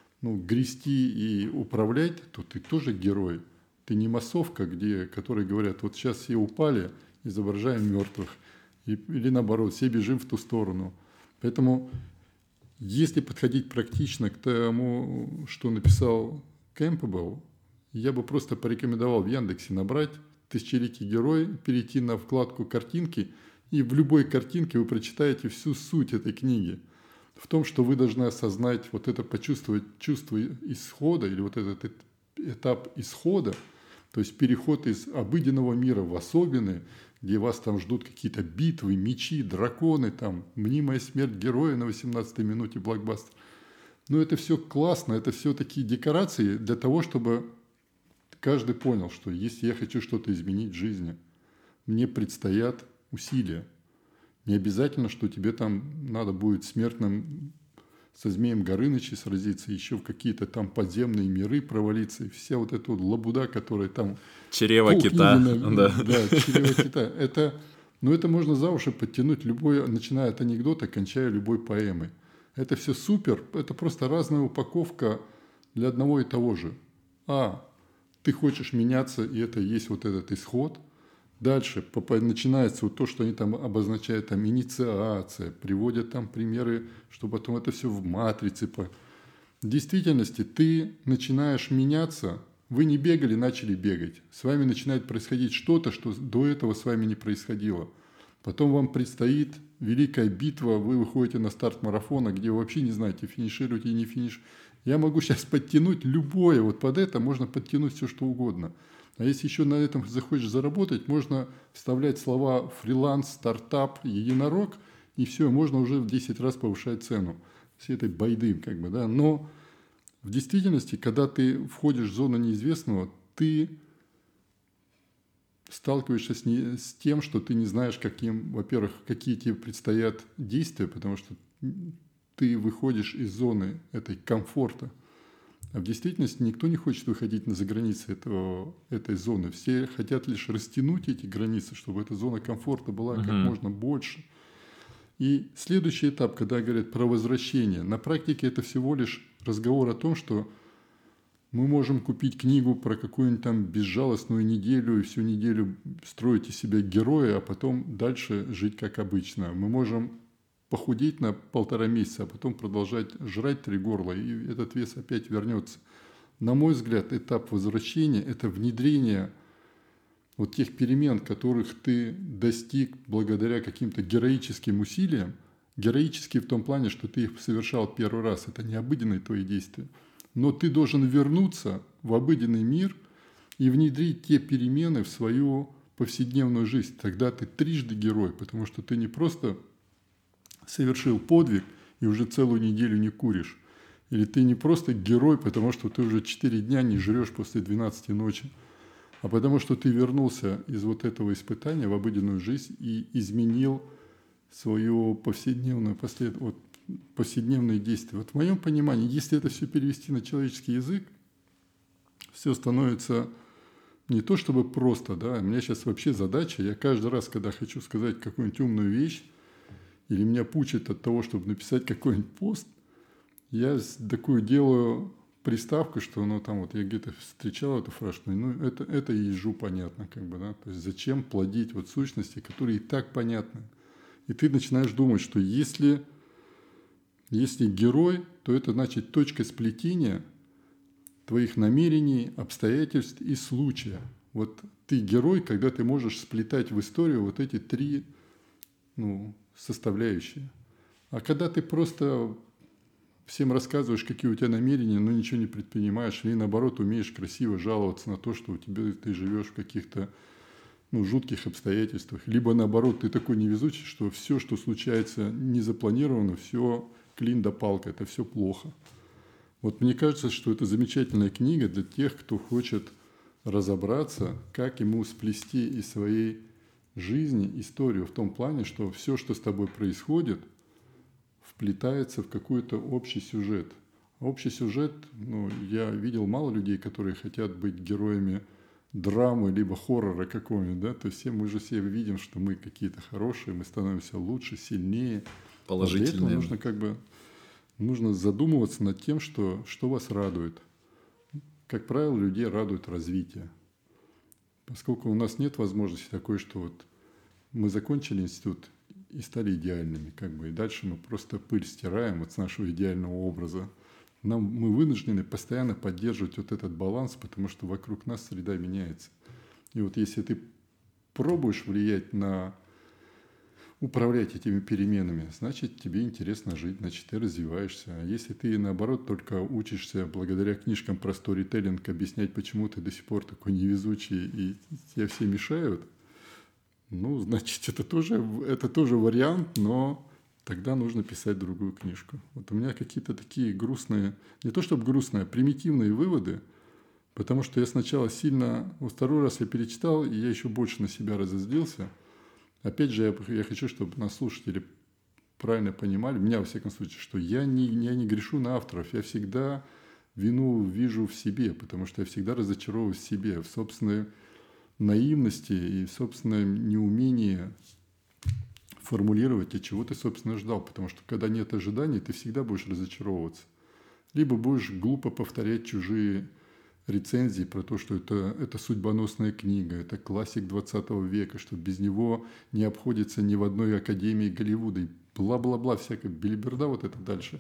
Speaker 2: грести и управлять, то ты тоже герой. Ты не массовка, которые говорят, вот сейчас все упали, изображаем мертвых. Или наоборот, все бежим в ту сторону. Поэтому, если подходить практично к тому, что написал Кэмпбелл, я бы просто порекомендовал в Яндексе набрать «Тысячеликий герой», перейти на вкладку «Картинки», и в любой картинке вы прочитаете всю суть этой книги. В том, что вы должны осознать, вот это почувствовать чувство исхода, или вот этот этап исхода, то есть переход из обыденного мира в особенный, где вас там ждут какие-то битвы, мечи, драконы, там, мнимая смерть героя на 18-й минуте блокбастер. Но это все классно, это все такие декорации для того, чтобы каждый понял, что если я хочу что-то изменить в жизни, мне предстоят усилия. Не обязательно, что тебе там надо будет смертным со Змеем Горынычем сразиться, еще в какие-то там подземные миры провалиться, и вся вот эта вот лабуда, которая там...
Speaker 1: Чрево кита.
Speaker 2: Да, чрево кита. Это можно за уши подтянуть любой, начиная от анекдота, кончая любой поэмой. Это все супер, это просто разная упаковка для одного и того же. Ты хочешь меняться, и это есть вот этот исход. Дальше начинается вот то, что они там обозначают, там инициация, приводят там примеры, что потом это все в матрице. В действительности ты начинаешь меняться, вы не бегали, начали бегать. С вами начинает происходить что-то, что до этого с вами не происходило. Потом вам предстоит великая битва, вы выходите на старт марафона, где вы вообще не знаете, финишируете или не финишируете. Я могу сейчас подтянуть любое, вот под это можно подтянуть все, что угодно. А если еще на этом захочешь заработать, можно вставлять слова фриланс, стартап, единорог, и все, можно уже в 10 раз повышать цену. Все этой байды, как бы, да. Но в действительности, когда ты входишь в зону неизвестного, ты сталкиваешься с тем, что ты не знаешь, во-первых, какие тебе предстоят действия, потому что ты выходишь из зоны этой комфорта. А в действительности никто не хочет выходить за границы этой зоны. Все хотят лишь растянуть эти границы, чтобы эта зона комфорта была как можно больше. И следующий этап, когда говорят про возвращение, на практике это всего лишь разговор о том, что мы можем купить книгу про какую-нибудь там безжалостную неделю и всю неделю строить из себя героя, а потом дальше жить как обычно. Мы можем похудеть на 1,5 месяца, а потом продолжать жрать 3 горла, и этот вес опять вернется. На мой взгляд, этап возвращения – это внедрение вот тех перемен, которых ты достиг благодаря каким-то героическим усилиям. Героические в том плане, что ты их совершал первый раз, это не обыденные твои действия. Но ты должен вернуться в обыденный мир и внедрить те перемены в свою повседневную жизнь. Тогда ты трижды герой, потому что ты не просто совершил подвиг и уже целую неделю не куришь. Или ты не просто герой, потому что ты уже 4 дня не жрешь после 12 ночи, а потому что ты вернулся из вот этого испытания в обыденную жизнь и изменил свою повседневные действия. Вот в моем понимании, если это все перевести на человеческий язык, все становится не то чтобы просто, да, у меня сейчас вообще задача, я каждый раз, когда хочу сказать какую-нибудь умную вещь, или меня пучит от того, чтобы написать какой-нибудь пост, я такую делаю приставку, что я где-то встречал эту фразу, это ежу понятно, как бы, да, то есть зачем плодить вот сущности, которые и так понятны. И ты начинаешь думать, что если Если герой, то это значит точка сплетения твоих намерений, обстоятельств и случая. Вот ты герой, когда ты можешь сплетать в историю вот эти три составляющие. А когда ты просто всем рассказываешь, какие у тебя намерения, но ничего не предпринимаешь, или наоборот умеешь красиво жаловаться на то, что у тебя ты живешь в каких-то жутких обстоятельствах, либо наоборот ты такой невезучий, что все, что случается незапланированно, все клин да палка, это все плохо. Вот мне кажется, что это замечательная книга для тех, кто хочет разобраться, как ему сплести из своей жизни историю в том плане, что все, что с тобой происходит, вплетается в какой-то общий сюжет. Общий сюжет, я видел мало людей, которые хотят быть героями драмы либо хоррора какого-нибудь, да, то есть мы же все видим, что мы какие-то хорошие, мы становимся лучше, сильнее. А для этого
Speaker 1: Положительные.
Speaker 2: нужно задумываться над тем, что вас радует. Как правило, людей радует развитие. Поскольку у нас нет возможности такой, что вот мы закончили институт и стали идеальными, и дальше мы просто пыль стираем вот с нашего идеального образа. Мы вынуждены постоянно поддерживать вот этот баланс, потому что вокруг нас среда меняется. И вот если ты пробуешь управлять этими переменами, значит, тебе интересно жить, значит, ты развиваешься. А если ты, наоборот, только учишься благодаря книжкам про сторителлинг объяснять, почему ты до сих пор такой невезучий и тебе все мешают, значит, это тоже вариант, но тогда нужно писать другую книжку. Вот у меня какие-то такие грустные, не то чтобы грустные, а примитивные выводы, потому что я сначала второй раз я перечитал, и я еще больше на себя разозлился. Опять же, я хочу, чтобы нас слушатели правильно понимали, меня, во всяком случае, что я не грешу на авторов, я всегда вину вижу в себе, потому что я всегда разочаровываюсь в себе, в собственной наивности и в собственном неумении формулировать, от чего ты, собственно, ждал. Потому что, когда нет ожиданий, ты всегда будешь разочаровываться. Либо будешь глупо повторять чужие рецензии про то, что это судьбоносная книга, это классик 20 века, что без него не обходится ни в одной академии Голливуда, и бла-бла-бла, всякая белиберда вот это дальше.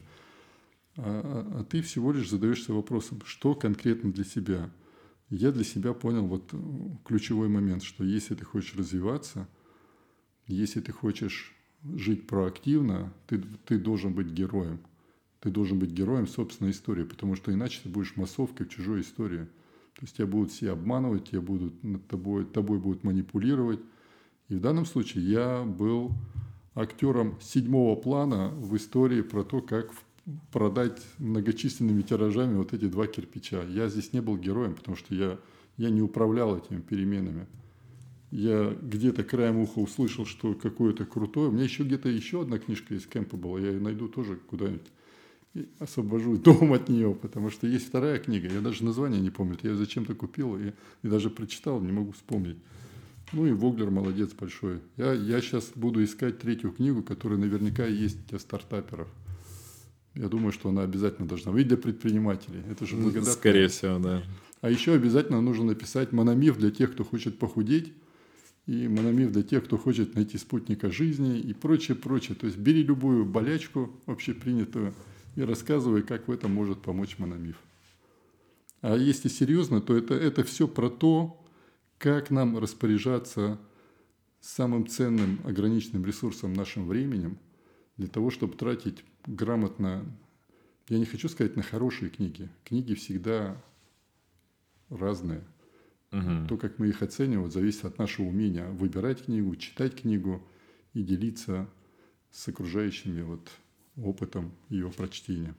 Speaker 2: А ты всего лишь задаешься вопросом, что конкретно для себя. Я для себя понял ключевой момент, что если ты хочешь развиваться, если ты хочешь жить проактивно, ты должен быть героем. Ты должен быть героем собственной истории, потому что иначе ты будешь массовкой в чужой истории. То есть тебя будут все обманывать, тобой будут манипулировать. И в данном случае я был актером 7-го плана в истории про то, как продать многочисленными тиражами вот эти 2 кирпича. Я здесь не был героем, потому что я не управлял этими переменами. Я где-то краем уха услышал, что какое-то крутое. У меня еще одна книжка из Кэмпа была. Я ее найду тоже куда-нибудь и освобожу дом от нее, потому что есть вторая книга. Я даже название не помню. Я ее зачем-то купил и даже прочитал, не могу вспомнить. И Воглер молодец большой. Я сейчас буду искать 3-ю книгу, которая наверняка есть для стартаперов. Я думаю, что она обязательно должна быть для предпринимателей. Это же благодатно.
Speaker 1: Скорее всего, да.
Speaker 2: А еще обязательно нужно написать мономиф для тех, кто хочет похудеть, и мономиф для тех, кто хочет найти спутника жизни и прочее, прочее. То есть бери любую болячку общепринятую и рассказывай, как в этом может помочь мономиф. А если серьезно, то это все про то, как нам распоряжаться самым ценным ограниченным ресурсом нашим временем для того, чтобы тратить грамотно. Я не хочу сказать на хорошие книги. Книги всегда разные. То, как мы их оцениваем, зависит от нашего умения выбирать книгу, читать книгу и делиться с окружающими опытом ее прочтения.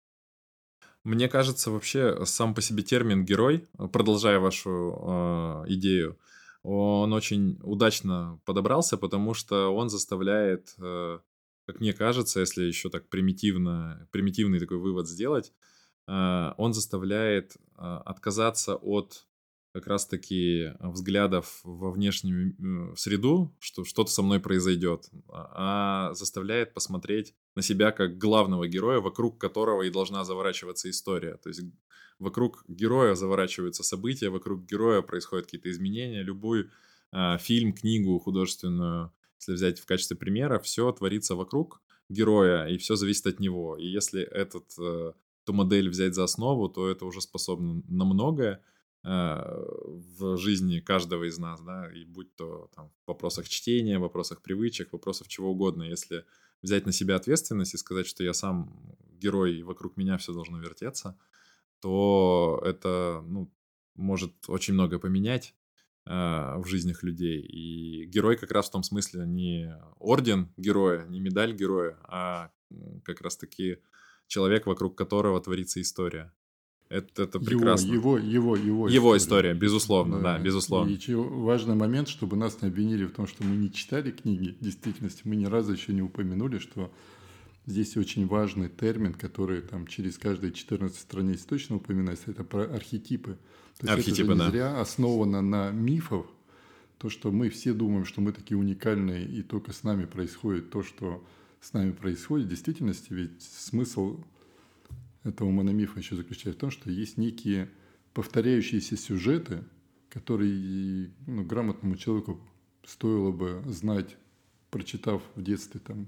Speaker 1: Мне кажется, вообще сам по себе термин «герой», продолжая вашу идею, он очень удачно подобрался, потому что он заставляет, как мне кажется, если еще так примитивный такой вывод сделать, он заставляет отказаться от как раз-таки взглядов во внешнюю среду, что что-то со мной произойдет, а заставляет посмотреть на себя как главного героя, вокруг которого и должна заворачиваться история. То есть вокруг героя заворачиваются события, вокруг героя происходят какие-то изменения. Любой фильм, книгу художественную, если взять в качестве примера, все творится вокруг героя, и все зависит от него. И если эту модель взять за основу, то это уже способно на многое в жизни каждого из нас, да, и будь то там, в вопросах чтения, в вопросах привычек, в вопросах чего угодно. Если взять на себя ответственность и сказать, что я сам герой, и вокруг меня все должно вертеться, то это, ну, может очень много поменять в жизнях людей. И герой как раз в том смысле не орден героя, не медаль героя, а как раз-таки человек, вокруг которого творится история. Это прекрасно. Его
Speaker 2: история.
Speaker 1: история, безусловно, да,
Speaker 2: Да. И
Speaker 1: безусловно.
Speaker 2: важный момент, чтобы нас не обвинили в том, что мы не читали книги. В действительности мы ни разу еще не упомянули, что здесь очень важный термин, который там через каждые 14 страниц точно упоминается, это про архетипы. То есть это же не зря основано на мифах, то, что мы все думаем, что мы такие уникальные, и только с нами происходит то, что с нами происходит. В действительности ведь смысл этого мономифа еще заключается в том, что есть некие повторяющиеся сюжеты, которые грамотному человеку стоило бы знать, прочитав в детстве там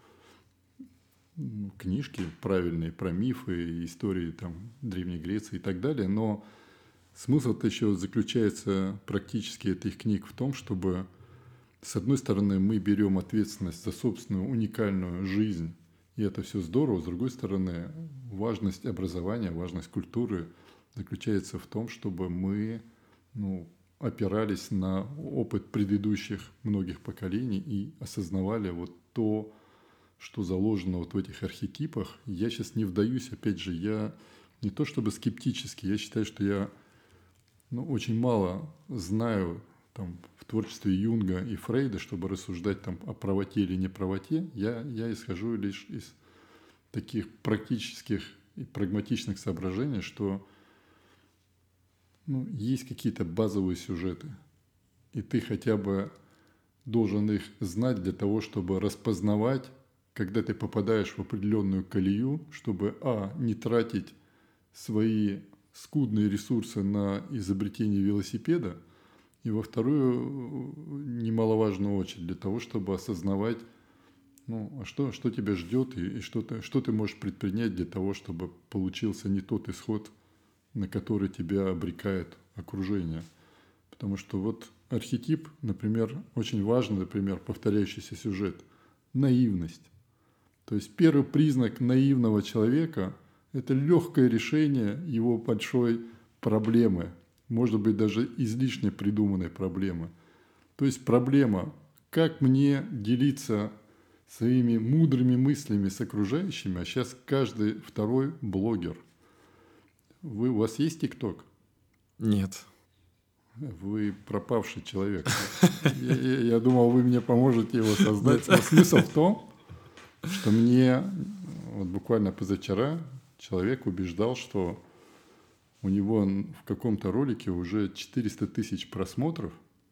Speaker 2: книжки правильные про мифы, истории там Древней Греции и так далее, но смысл-то еще заключается практически этих книг в том, чтобы, с одной стороны, мы берем ответственность за собственную уникальную жизнь, и это все здорово, с другой стороны, важность образования, важность культуры заключается в том, чтобы мы опирались на опыт предыдущих многих поколений и осознавали вот то, что заложено вот в этих архетипах. Я сейчас не вдаюсь, опять же, я не то чтобы скептически, я считаю, что я очень мало знаю там, в творчестве Юнга и Фрейда, чтобы рассуждать там, о правоте или неправоте. Я исхожу лишь из таких практических и прагматичных соображений, что есть какие-то базовые сюжеты, и ты хотя бы должен их знать для того, чтобы распознавать, когда ты попадаешь в определенную колею, чтобы не тратить свои скудные ресурсы на изобретение велосипеда, и во вторую немаловажную очередь для того, чтобы осознавать, что тебя ждет и что ты можешь предпринять для того, чтобы получился не тот исход, на который тебя обрекает окружение. Потому что вот архетип, например, очень важный, например, повторяющийся сюжет – наивность. То есть первый признак наивного человека – это легкое решение его большой проблемы, может быть, даже излишне придуманной проблемы. То есть проблема, как мне делиться своими мудрыми мыслями с окружающими, а сейчас каждый второй блогер. У вас есть ТикТок?
Speaker 1: Нет.
Speaker 2: Вы пропавший человек. Я думал, вы мне поможете его создать. Но смысл в том, что мне вот буквально позавчера человек убеждал, что у него в каком-то ролике уже 400 тысяч просмотров,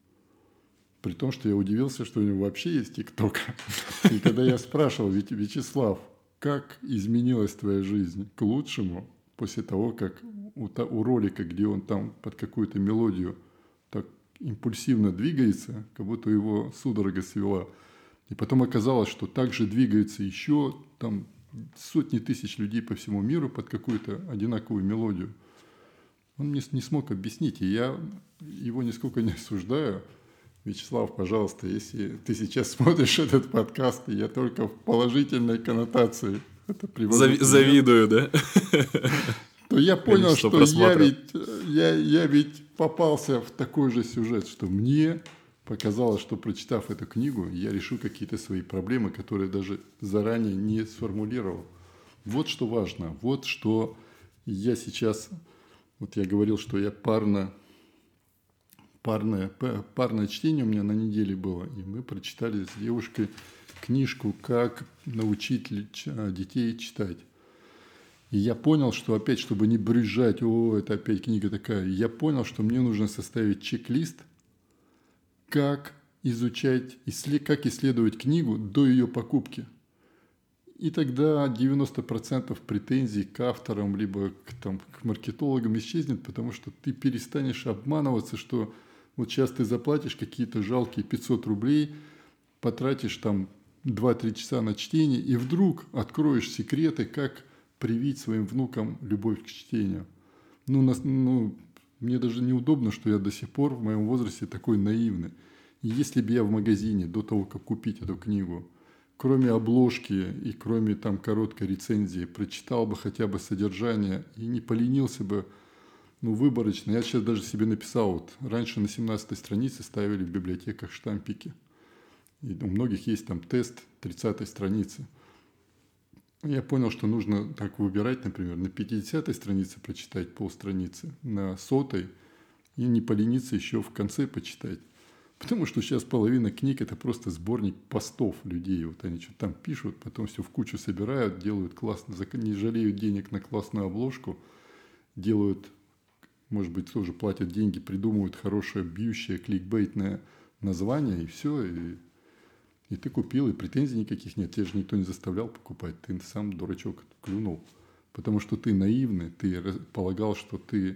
Speaker 2: при том, что я удивился, что у него вообще есть ТикТок. И когда я спрашивал: Вячеслав, как изменилась твоя жизнь к лучшему после того, как у ролика, где он там под какую-то мелодию так импульсивно двигается, как будто его судорога свела. И потом оказалось, что также двигается еще там сотни тысяч людей по всему миру под какую-то одинаковую мелодию. Он мне не смог объяснить, и я его нисколько не осуждаю. Вячеслав, пожалуйста, если ты сейчас смотришь этот подкаст, и я только в положительной коннотации это привожу.
Speaker 1: Завидую, да?
Speaker 2: То я понял, что я ведь попался в такой же сюжет, что мне показалось, что, прочитав эту книгу, я решу какие-то свои проблемы, которые даже заранее не сформулировал. Вот что важно, вот что я сейчас... Вот я говорил, что я парное чтение у меня на неделе было, и мы прочитали с девушкой книжку «Как научить детей читать». И я понял, что опять, чтобы не брюзжать, это опять книга такая, я понял, что мне нужно составить чек-лист, как изучать, как исследовать книгу до ее покупки. И тогда 90% претензий к авторам, либо к маркетологам исчезнет, потому что ты перестанешь обманываться, что вот сейчас ты заплатишь какие-то жалкие 500 рублей, потратишь там 2-3 часа на чтение, и вдруг откроешь секреты, как привить своим внукам любовь к чтению. Мне даже неудобно, что я до сих пор в моем возрасте такой наивный. И если бы я в магазине до того, как купить эту книгу, кроме обложки и кроме там короткой рецензии, прочитал бы хотя бы содержание и не поленился бы, выборочно. Я сейчас даже себе написал, вот раньше на 17-й странице ставили в библиотеках штампики. И у многих есть там тест 30-й страницы. Я понял, что нужно так выбирать, например, на 50-й странице прочитать полстраницы, на 100-й и не полениться еще в конце почитать. Потому что сейчас половина книг – это просто сборник постов людей. Вот они что-то там пишут, потом все в кучу собирают, делают классно, не жалеют денег на классную обложку, делают, может быть, тоже платят деньги, придумывают хорошее, бьющее, кликбейтное название, и все, и ты купил, и претензий никаких нет. Тебя же никто не заставлял покупать. Ты сам, дурачок, клюнул. Потому что ты наивный, ты полагал, что ты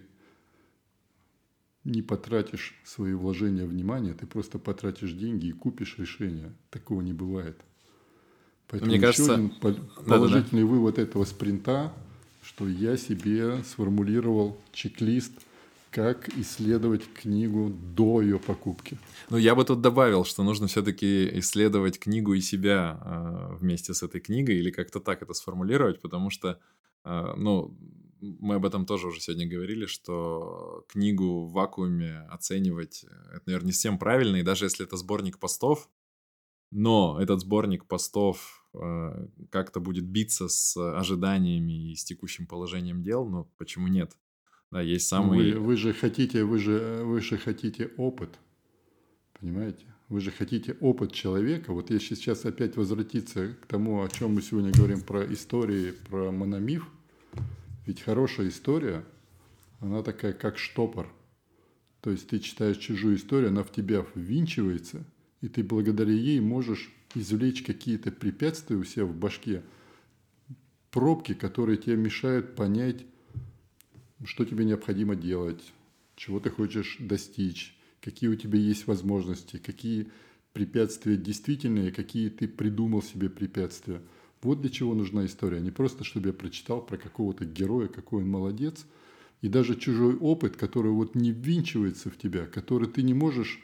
Speaker 2: не потратишь свои вложения внимания, ты просто потратишь деньги и купишь решение. Такого не бывает. Поэтому
Speaker 1: Мне кажется,
Speaker 2: один положительный вывод этого спринта, что я себе сформулировал чек-лист, как исследовать книгу до ее покупки.
Speaker 1: Я бы тут добавил, что нужно все-таки исследовать книгу и себя вместе с этой книгой, или как-то так это сформулировать, потому что, мы об этом тоже уже сегодня говорили, что книгу в вакууме оценивать, это, наверное, не совсем правильно, и даже если это сборник постов, но этот сборник постов как-то будет биться с ожиданиями и с текущим положением дел, почему нет? Да, есть самый...
Speaker 2: Вы же хотите опыт, понимаете? Вы же хотите опыт человека. Вот если сейчас опять возвратиться к тому, о чем мы сегодня говорим, про истории, про мономиф, ведь хорошая история, она такая, как штопор. То есть ты читаешь чужую историю, она в тебя ввинчивается, и ты благодаря ей можешь извлечь какие-то препятствия у себя в башке, пробки, которые тебе мешают понять, что тебе необходимо делать, чего ты хочешь достичь, какие у тебя есть возможности, какие препятствия действительные, какие ты придумал себе препятствия. Вот для чего нужна история. Не просто, чтобы я прочитал про какого-то героя, какой он молодец, и даже чужой опыт, который вот не ввинчивается в тебя, который ты не можешь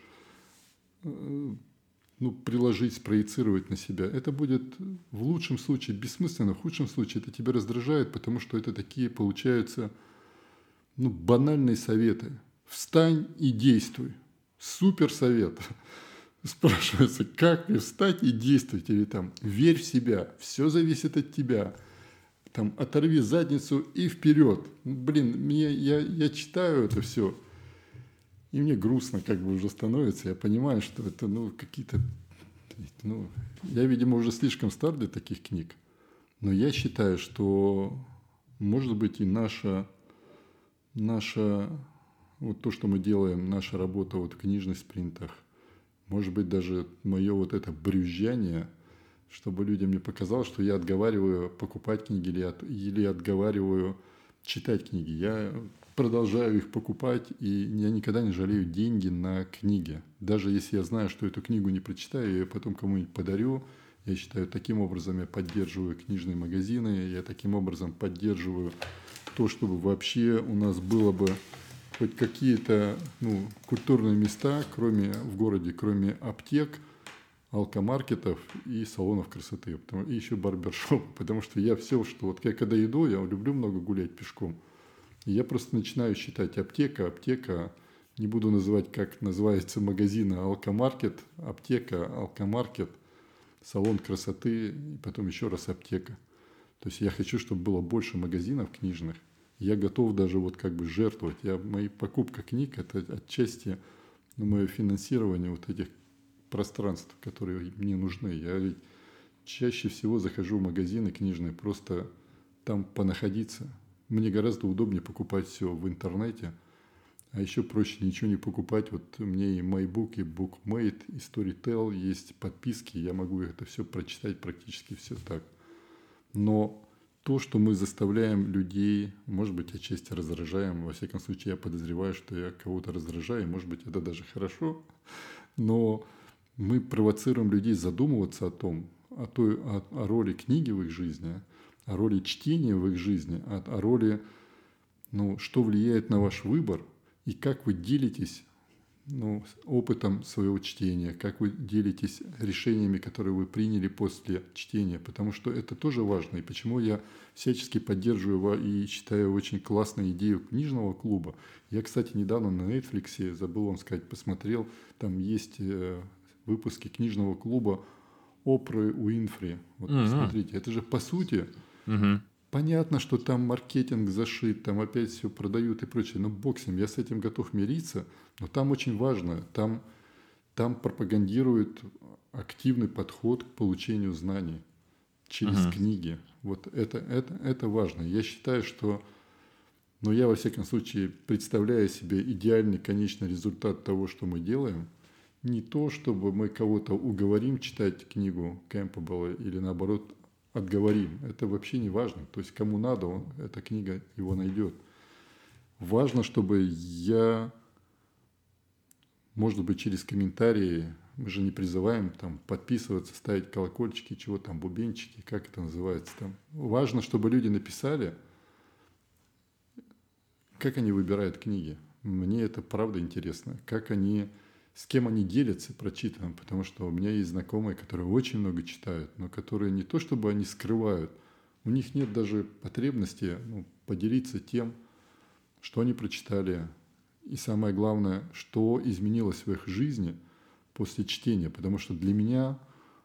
Speaker 2: приложить, спроецировать на себя. Это будет в лучшем случае бессмысленно, в худшем случае это тебя раздражает, потому что это такие получаются банальные советы. Встань и действуй. Супер совет. Спрашивается, как мне встать и действовать? Или там, верь в себя, все зависит от тебя. Там, оторви задницу и вперед. Я читаю это все, и мне грустно уже становится. Я понимаю, что это какие-то... я, видимо, уже слишком стар для таких книг. Но я считаю, что, может быть, и наша вот то, что мы делаем, наша работа в книжных спринтах, может быть, даже мое это брюзжание, чтобы людям не показалось, что я отговариваю покупать книги или отговариваю читать книги. Я продолжаю их покупать, и я никогда не жалею деньги на книги. Даже если я знаю, что эту книгу не прочитаю, я ее потом кому-нибудь подарю. Я считаю, таким образом я поддерживаю книжные магазины, я таким образом поддерживаю то, чтобы вообще у нас было бы хоть какие-то культурные места в городе, кроме аптек, алкомаркетов и салонов красоты, и еще барбершоп, потому что я все, что я когда иду, я люблю много гулять пешком, и я просто начинаю считать аптека, не буду называть, как называется магазин, алкомаркет, аптека, алкомаркет, салон красоты, и потом еще раз аптека. То есть я хочу, чтобы было больше магазинов книжных. Я готов даже жертвовать. Моя покупка книг – это отчасти мое финансирование этих пространств, которые мне нужны. Я ведь чаще всего захожу в магазины книжные, просто там понаходиться. Мне гораздо удобнее покупать все в интернете, а еще проще ничего не покупать. У меня и MyBook, и BookMate, и Storytel есть подписки, я могу это все прочитать практически все так. Но то, что мы заставляем людей, может быть, отчасти раздражаем, во всяком случае, я подозреваю, что я кого-то раздражаю, может быть, это даже хорошо, но мы провоцируем людей задумываться о том, о роли книги в их жизни, о роли чтения в их жизни, о роли, ну, что влияет на ваш выбор и как вы делитесь, ну, опытом своего чтения, как вы делитесь решениями, которые вы приняли после чтения, потому что это тоже важно. И почему я всячески поддерживаю и считаю очень классной идею книжного клуба. Я, кстати, недавно на Netflix, забыл вам сказать, посмотрел, там есть выпуски книжного клуба Опры Уинфри. Вот
Speaker 1: Мгм.
Speaker 2: посмотрите, это же по сути
Speaker 1: Мгм.
Speaker 2: понятно, что там маркетинг зашит, там опять все продают и прочее, но бог с ним, я с этим готов мириться, но там очень важно, там пропагандируют активный подход к получению знаний через
Speaker 1: Мгм.
Speaker 2: книги. Вот это важно. Я считаю, что, ну, я во всяком случае представляю себе идеальный конечный результат того, что мы делаем. Не то, чтобы мы кого-то уговорим читать книгу Кэмпбелла или наоборот отговорим. Это вообще не важно. То есть кому надо, эта книга его найдет. Важно, чтобы я, может быть, через комментарии, мы же не призываем там подписываться, ставить колокольчики, чего там, бубенчики, как это называется там. Важно, чтобы люди написали, как они выбирают книги. Мне это правда интересно. С кем они делятся прочитанным, потому что у меня есть знакомые, которые очень много читают, но которые не то чтобы они скрывают, у них нет даже потребности, ну, поделиться тем, что они прочитали, и самое главное, что изменилось в их жизни после чтения. Потому что для меня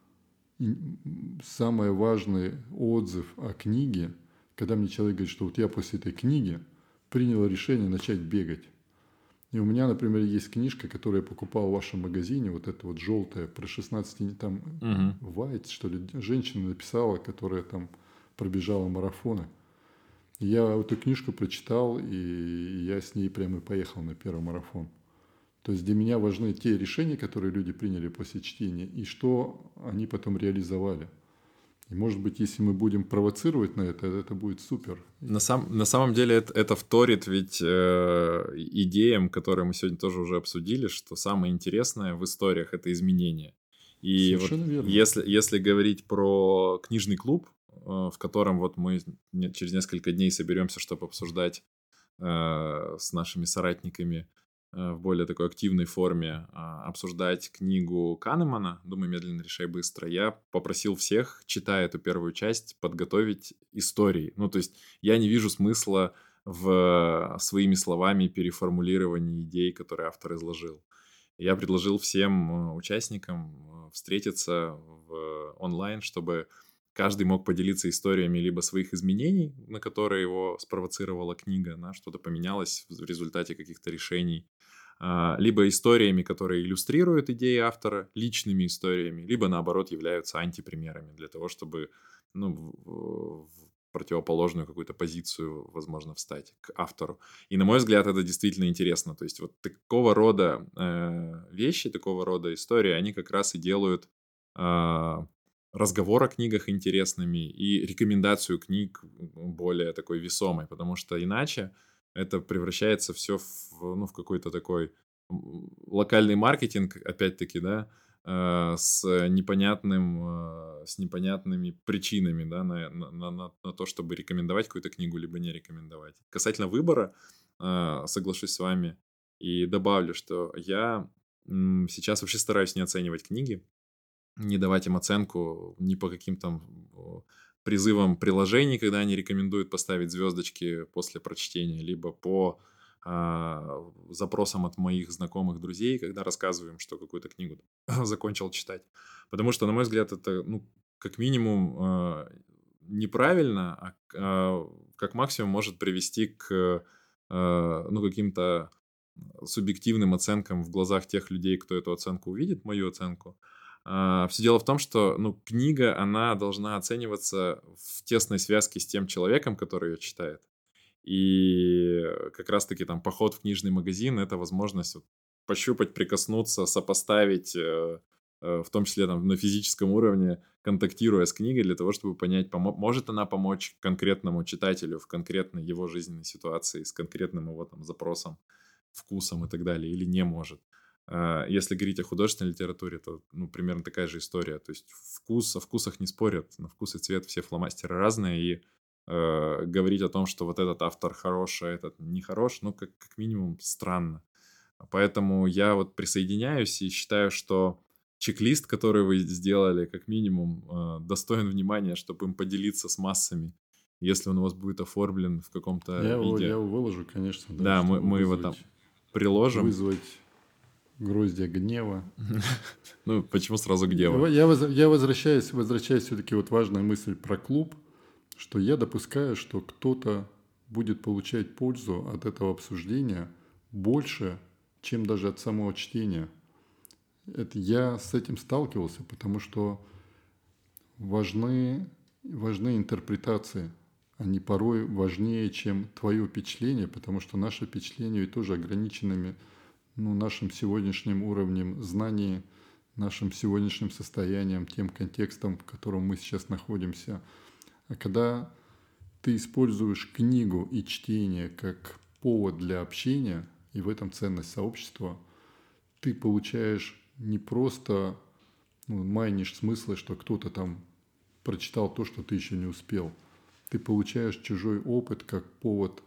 Speaker 2: самый важный отзыв о книге, когда мне человек говорит, что вот я после этой книги принял решение начать бегать. И у меня, например, есть книжка, которую я покупал в вашем магазине, вот эта вот желтая, про 16, там,
Speaker 1: Мгм.
Speaker 2: White, что ли, женщина написала, которая там пробежала марафоны. Я эту книжку прочитал, и я с ней прямо и поехал на первый марафон. То есть для меня важны те решения, которые люди приняли после чтения, и что они потом реализовали. И, может быть, если мы будем провоцировать на это будет супер.
Speaker 1: На самом деле это вторит ведь идеям, которые мы сегодня тоже уже обсудили, что самое интересное в историях — это изменения. И вот
Speaker 2: Совершенно верно.
Speaker 1: если говорить про книжный клуб, в котором вот мы через несколько дней соберемся, чтобы обсуждать с нашими соратниками в более такой активной форме обсуждать книгу Канемана «Думай медленно, решай быстро», я попросил всех, читая эту первую часть, подготовить истории. Ну, то есть я не вижу смысла в своими словами переформулировании идей, которые автор изложил. Я предложил всем участникам встретиться в онлайн, чтобы каждый мог поделиться историями либо своих изменений, на которые его спровоцировала книга, да, что-то поменялось в результате каких-то решений, либо историями, которые иллюстрируют идеи автора, личными историями, либо наоборот являются антипримерами для того, чтобы, ну, в противоположную какую-то позицию, возможно, встать к автору. И, на мой взгляд, это действительно интересно. То есть вот такого рода вещи, такого рода истории, они как раз и делают а, разговор о книгах интересными и рекомендацию книг более такой весомой, потому что иначе это превращается все в какой-то такой локальный маркетинг, опять-таки, да, с непонятными причинами, да, на то, чтобы рекомендовать какую-то книгу, либо не рекомендовать. Касательно выбора, соглашусь с вами и добавлю, что я сейчас вообще стараюсь не оценивать книги, не давать им оценку ни по каким там призывам приложений, когда они рекомендуют поставить звездочки после прочтения, либо по запросам от моих знакомых друзей, когда рассказываем, что какую-то книгу закончил читать. Потому что, на мой взгляд, это, ну, как минимум неправильно, как максимум может привести к ну, каким-то субъективным оценкам в глазах тех людей, кто эту оценку увидит, мою оценку. Все дело в том, что, ну, книга, она должна оцениваться в тесной связке с тем человеком, который ее читает. И как раз-таки там поход в книжный магазин — это возможность вот пощупать, прикоснуться, сопоставить, в том числе там на физическом уровне, контактируя с книгой для того, чтобы понять, может она помочь конкретному читателю в конкретной его жизненной ситуации с конкретным его там запросом, вкусом и так далее, или не может. Если говорить о художественной литературе, то примерно такая же история. То есть о вкусах не спорят, на вкус и цвет все фломастеры разные, и говорить о том, что вот этот автор хорош, а этот не хорош, как минимум странно. Поэтому я вот присоединяюсь и считаю, что чек-лист, который вы сделали, как минимум, достоин внимания, чтобы им поделиться с массами. Если он у вас будет оформлен в каком-то
Speaker 2: Я
Speaker 1: виде,
Speaker 2: его выложу, конечно, да,
Speaker 1: да, мы,
Speaker 2: чтобы
Speaker 1: мы его там приложим.
Speaker 2: вызвать гроздья гнева.
Speaker 1: Почему сразу гнева?
Speaker 2: Я возвращаюсь все-таки вот важная мысль про клуб, что я допускаю, что кто-то будет получать пользу от этого обсуждения больше, чем даже от самого чтения. Я с этим сталкивался, потому что важны интерпретации. Они порой важнее, чем твое впечатление, потому что наше впечатление ведь тоже ограниченными нашим сегодняшним уровнем знаний, нашим сегодняшним состоянием, тем контекстом, в котором мы сейчас находимся. А когда ты используешь книгу и чтение как повод для общения, и в этом ценность сообщества, ты получаешь не просто майнишь смыслы, что кто-то там прочитал то, что ты еще не успел. Ты получаешь чужой опыт как повод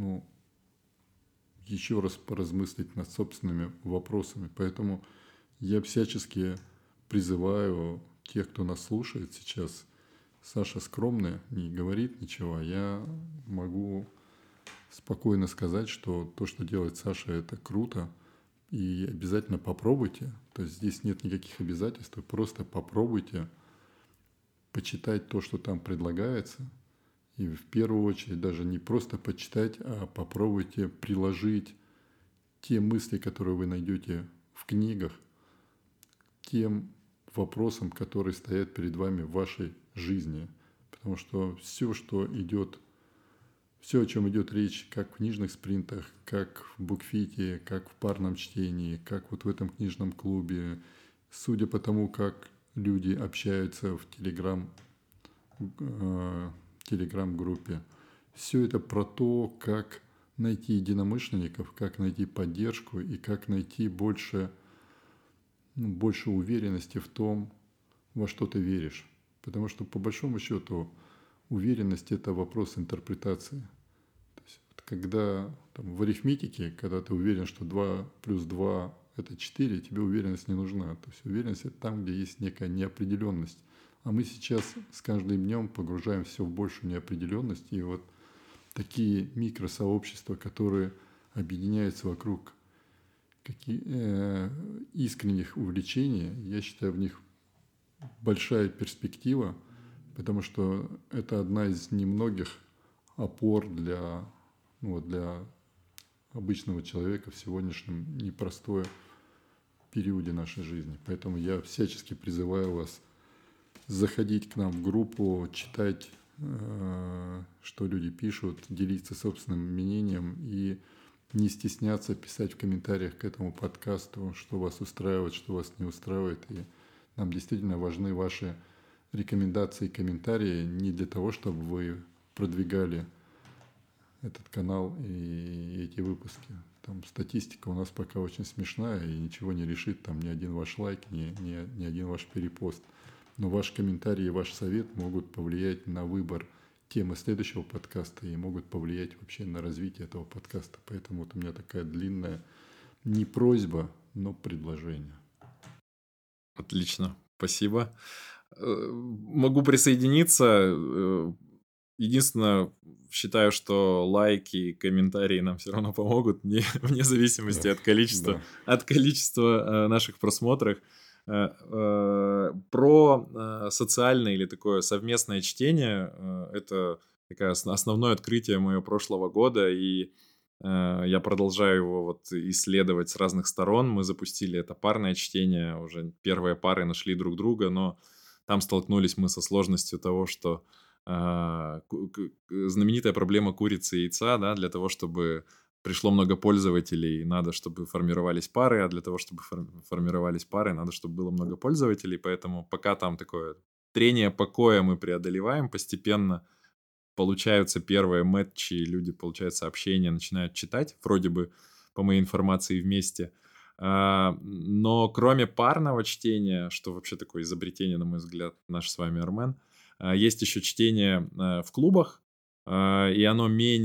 Speaker 2: еще раз поразмыслить над собственными вопросами. Поэтому я всячески призываю тех, кто нас слушает сейчас. Саша скромный, не говорит ничего, а я могу спокойно сказать, что то, что делает Саша, это круто. И обязательно попробуйте. То есть здесь нет никаких обязательств, просто попробуйте почитать то, что там предлагается. И в первую очередь даже не просто почитать, а попробуйте приложить те мысли, которые вы найдете в книгах, тем вопросам, которые стоят перед вами в вашей жизни. Потому что все, о чем идет речь, как в книжных спринтах, как в букфите, как в парном чтении, как вот в этом книжном клубе, судя по тому, как люди общаются в телеграм-группе, все это про то, как найти единомышленников, как найти поддержку и как найти больше уверенности в том, во что ты веришь. Потому что, по большому счету, уверенность – это вопрос интерпретации. То есть, когда в арифметике, когда ты уверен, что 2 плюс 2 – это 4, тебе уверенность не нужна. То есть уверенность – это там, где есть некая неопределенность. А мы сейчас с каждым днем погружаем все в большую неопределенность. И вот такие микросообщества, которые объединяются вокруг искренних увлечений, я считаю, в них большая перспектива, потому что это одна из немногих опор для обычного человека в сегодняшнем непростом периоде нашей жизни. Поэтому я всячески призываю вас заходить к нам в группу, читать, что люди пишут, делиться собственным мнением и не стесняться писать в комментариях к этому подкасту, что вас устраивает, что вас не устраивает. И нам действительно важны ваши рекомендации и комментарии не для того, чтобы вы продвигали этот канал и эти выпуски. Там статистика у нас пока очень смешная и ничего не решит, там ни один ваш лайк, ни один ваш перепост. Но ваш комментарий и ваш совет могут повлиять на выбор темы следующего подкаста и могут повлиять вообще на развитие этого подкаста. Поэтому вот у меня такая длинная не просьба, но предложение.
Speaker 1: Отлично, спасибо. Могу присоединиться. Единственное, считаю, что лайки и комментарии нам все равно помогут, вне зависимости от количества наших просмотров. Про социальное или такое совместное чтение это такое основное открытие моего прошлого года, и я продолжаю его вот исследовать с разных сторон. Мы запустили это парное чтение, уже первые пары нашли друг друга, но там столкнулись мы со сложностью того, что знаменитая проблема курицы и яйца, да, для того, чтобы пришло много пользователей, надо, чтобы формировались пары, а для того, чтобы формировались пары, надо, чтобы было много пользователей, поэтому пока там такое трение покоя мы преодолеваем постепенно, получаются первые мэтчи, люди получают сообщения, начинают читать, вроде бы, по моей информации, вместе. Но кроме парного чтения, что вообще такое изобретение, на мой взгляд, наш с вами Армен, есть еще чтение в клубах, и оно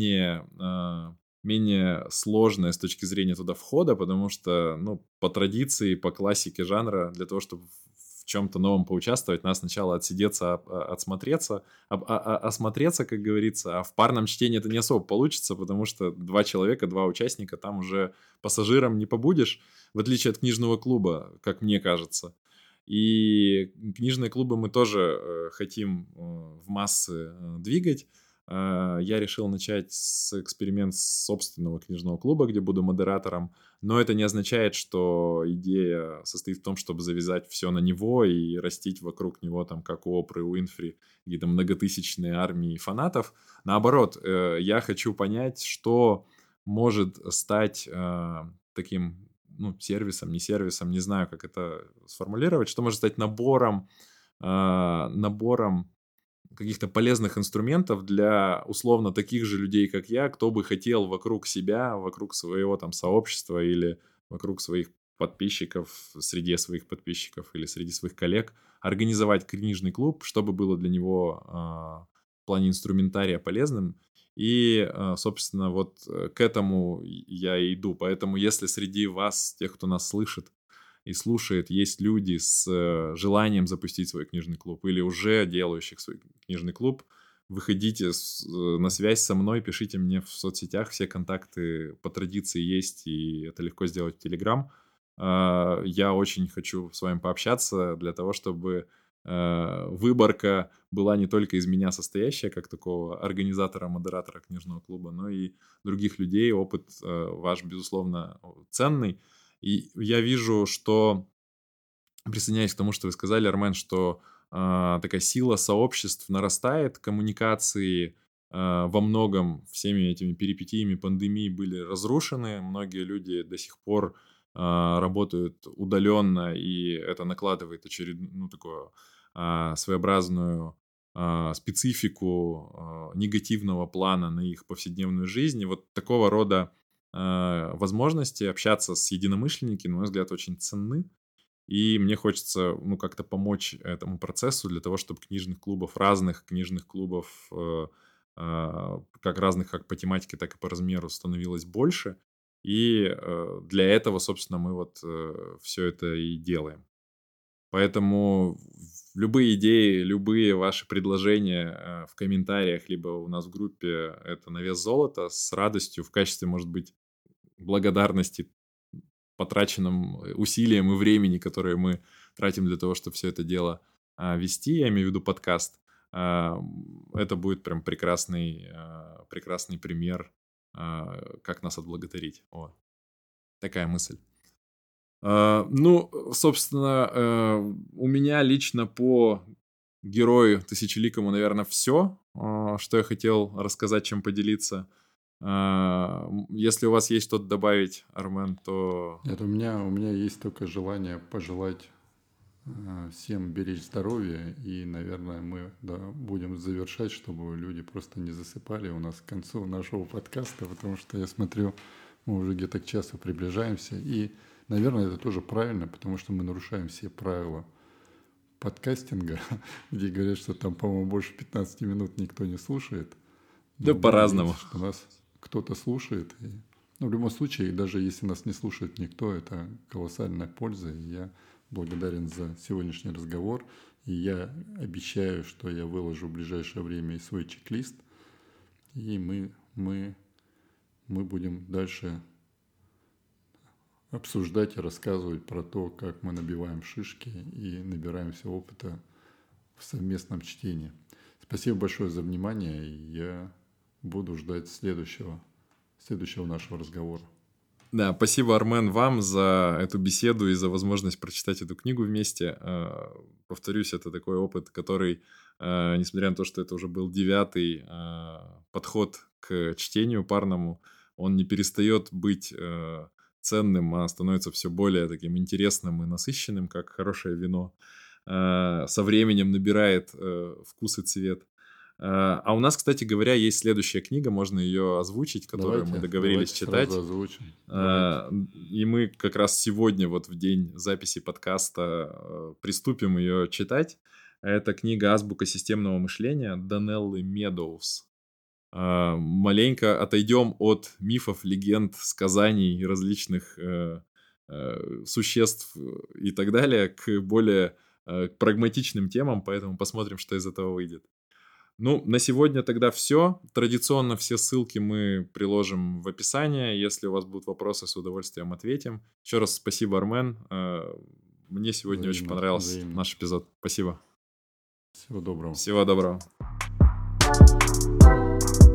Speaker 1: менее сложное с точки зрения туда входа, потому что, ну, по традиции, по классике жанра, для того, чтобы в чем-то новом поучаствовать, надо сначала отсидеться, отсмотреться, осмотреться, как говорится, а в парном чтении это не особо получится, потому что два человека, два участника, там уже пассажиром не побудешь, в отличие от книжного клуба, как мне кажется. И книжные клубы мы тоже хотим в массы двигать. Я решил начать с эксперимент собственного книжного клуба, где буду модератором. Но это не означает, что идея состоит в том, чтобы завязать все на него и растить вокруг него, там, как у Опры, Уинфри, какие-то многотысячные армии фанатов. Наоборот, я хочу понять, что может стать таким, ну, сервисом, не сервисом, не знаю, как это сформулировать, что может стать набором каких-то полезных инструментов для условно таких же людей, как я, кто бы хотел вокруг себя, вокруг своего там сообщества или вокруг своих подписчиков, среди своих подписчиков или среди своих коллег организовать книжный клуб, чтобы было для него в плане инструментария полезным. И, собственно, вот к этому я и иду. Поэтому, если среди вас, тех, кто нас слышит, и слушает, есть люди с желанием запустить свой книжный клуб или уже делающих свой книжный клуб, выходите на связь со мной, пишите мне в соцсетях, все контакты по традиции есть, и это легко сделать в Телеграм. Я очень хочу с вами пообщаться для того, чтобы выборка была не только из меня состоящая, как такого организатора, модератора книжного клуба, но и других людей. Опыт ваш, безусловно, ценный. И я вижу, что, присоединяясь к тому, что вы сказали, Армен, что такая сила сообществ нарастает, коммуникации во многом всеми этими перипетиями пандемии были разрушены, многие люди до сих пор работают удаленно, и это накладывает очередную, ну, такую своеобразную специфику негативного плана на их повседневную жизнь. И вот такого рода возможности общаться с единомышленниками, на мой взгляд, очень ценны. И мне хочется, ну, как-то помочь этому процессу для того, чтобы книжных клубов, разных книжных клубов, как разных как по тематике, так и по размеру становилось больше. И для этого, собственно, мы вот все это и делаем. Поэтому любые идеи, любые ваши предложения в комментариях, либо у нас в группе, это на вес золота, с радостью в качестве, может быть, благодарности потраченным усилиям и времени, которые мы тратим для того, чтобы все это дело вести, я имею в виду подкаст. Это будет прям прекрасный пример, как нас отблагодарить. Вот. Такая мысль. Ну, собственно, у меня лично по герою тысячеликому, наверное, все, что я хотел рассказать, чем поделиться. Если у вас есть что-то добавить, Армен, то...
Speaker 2: Нет, у меня есть только желание пожелать всем беречь здоровье. И, наверное, мы будем завершать, чтобы люди просто не засыпали у нас к концу нашего подкаста, потому что я смотрю, мы уже где-то к часу приближаемся. И, наверное, это тоже правильно, потому что мы нарушаем все правила подкастинга, где говорят, что там, по-моему, больше 15 минут никто не слушает.
Speaker 1: Да
Speaker 2: Но
Speaker 1: по-разному.
Speaker 2: что нас кто-то слушает. В любом случае, даже если нас не слушает никто, это колоссальная польза. И я благодарен за сегодняшний разговор. И я обещаю, что я выложу в ближайшее время и свой чек-лист. И мы будем дальше обсуждать и рассказывать про то, как мы набиваем шишки и набираемся опыта в совместном чтении. Спасибо большое за внимание. Я буду ждать следующего нашего разговора.
Speaker 1: Да, спасибо, Армен, вам за эту беседу и за возможность прочитать эту книгу вместе. Повторюсь, это такой опыт, который, несмотря на то, что это уже был 9-й подход к чтению парному, он не перестает быть ценным, а становится все более таким интересным и насыщенным, как хорошее вино. Со временем набирает вкус и цвет. А у нас, кстати говоря, есть следующая книга, можно ее озвучить, которую мы договорились читать.
Speaker 2: Сразу озвучим.
Speaker 1: И мы как раз сегодня, вот в день записи подкаста, приступим ее читать. Это книга «Азбука системного мышления» Данеллы Медоуз. Маленько отойдем от мифов, легенд, сказаний различных существ и так далее к более прагматичным темам, поэтому посмотрим, что из этого выйдет. Ну, на сегодня тогда все. Традиционно все ссылки мы приложим в описании. Если у вас будут вопросы, с удовольствием ответим. Еще раз спасибо, Армен. Мне сегодня очень понравился наш эпизод. Спасибо.
Speaker 2: Всего доброго.
Speaker 1: Всего доброго.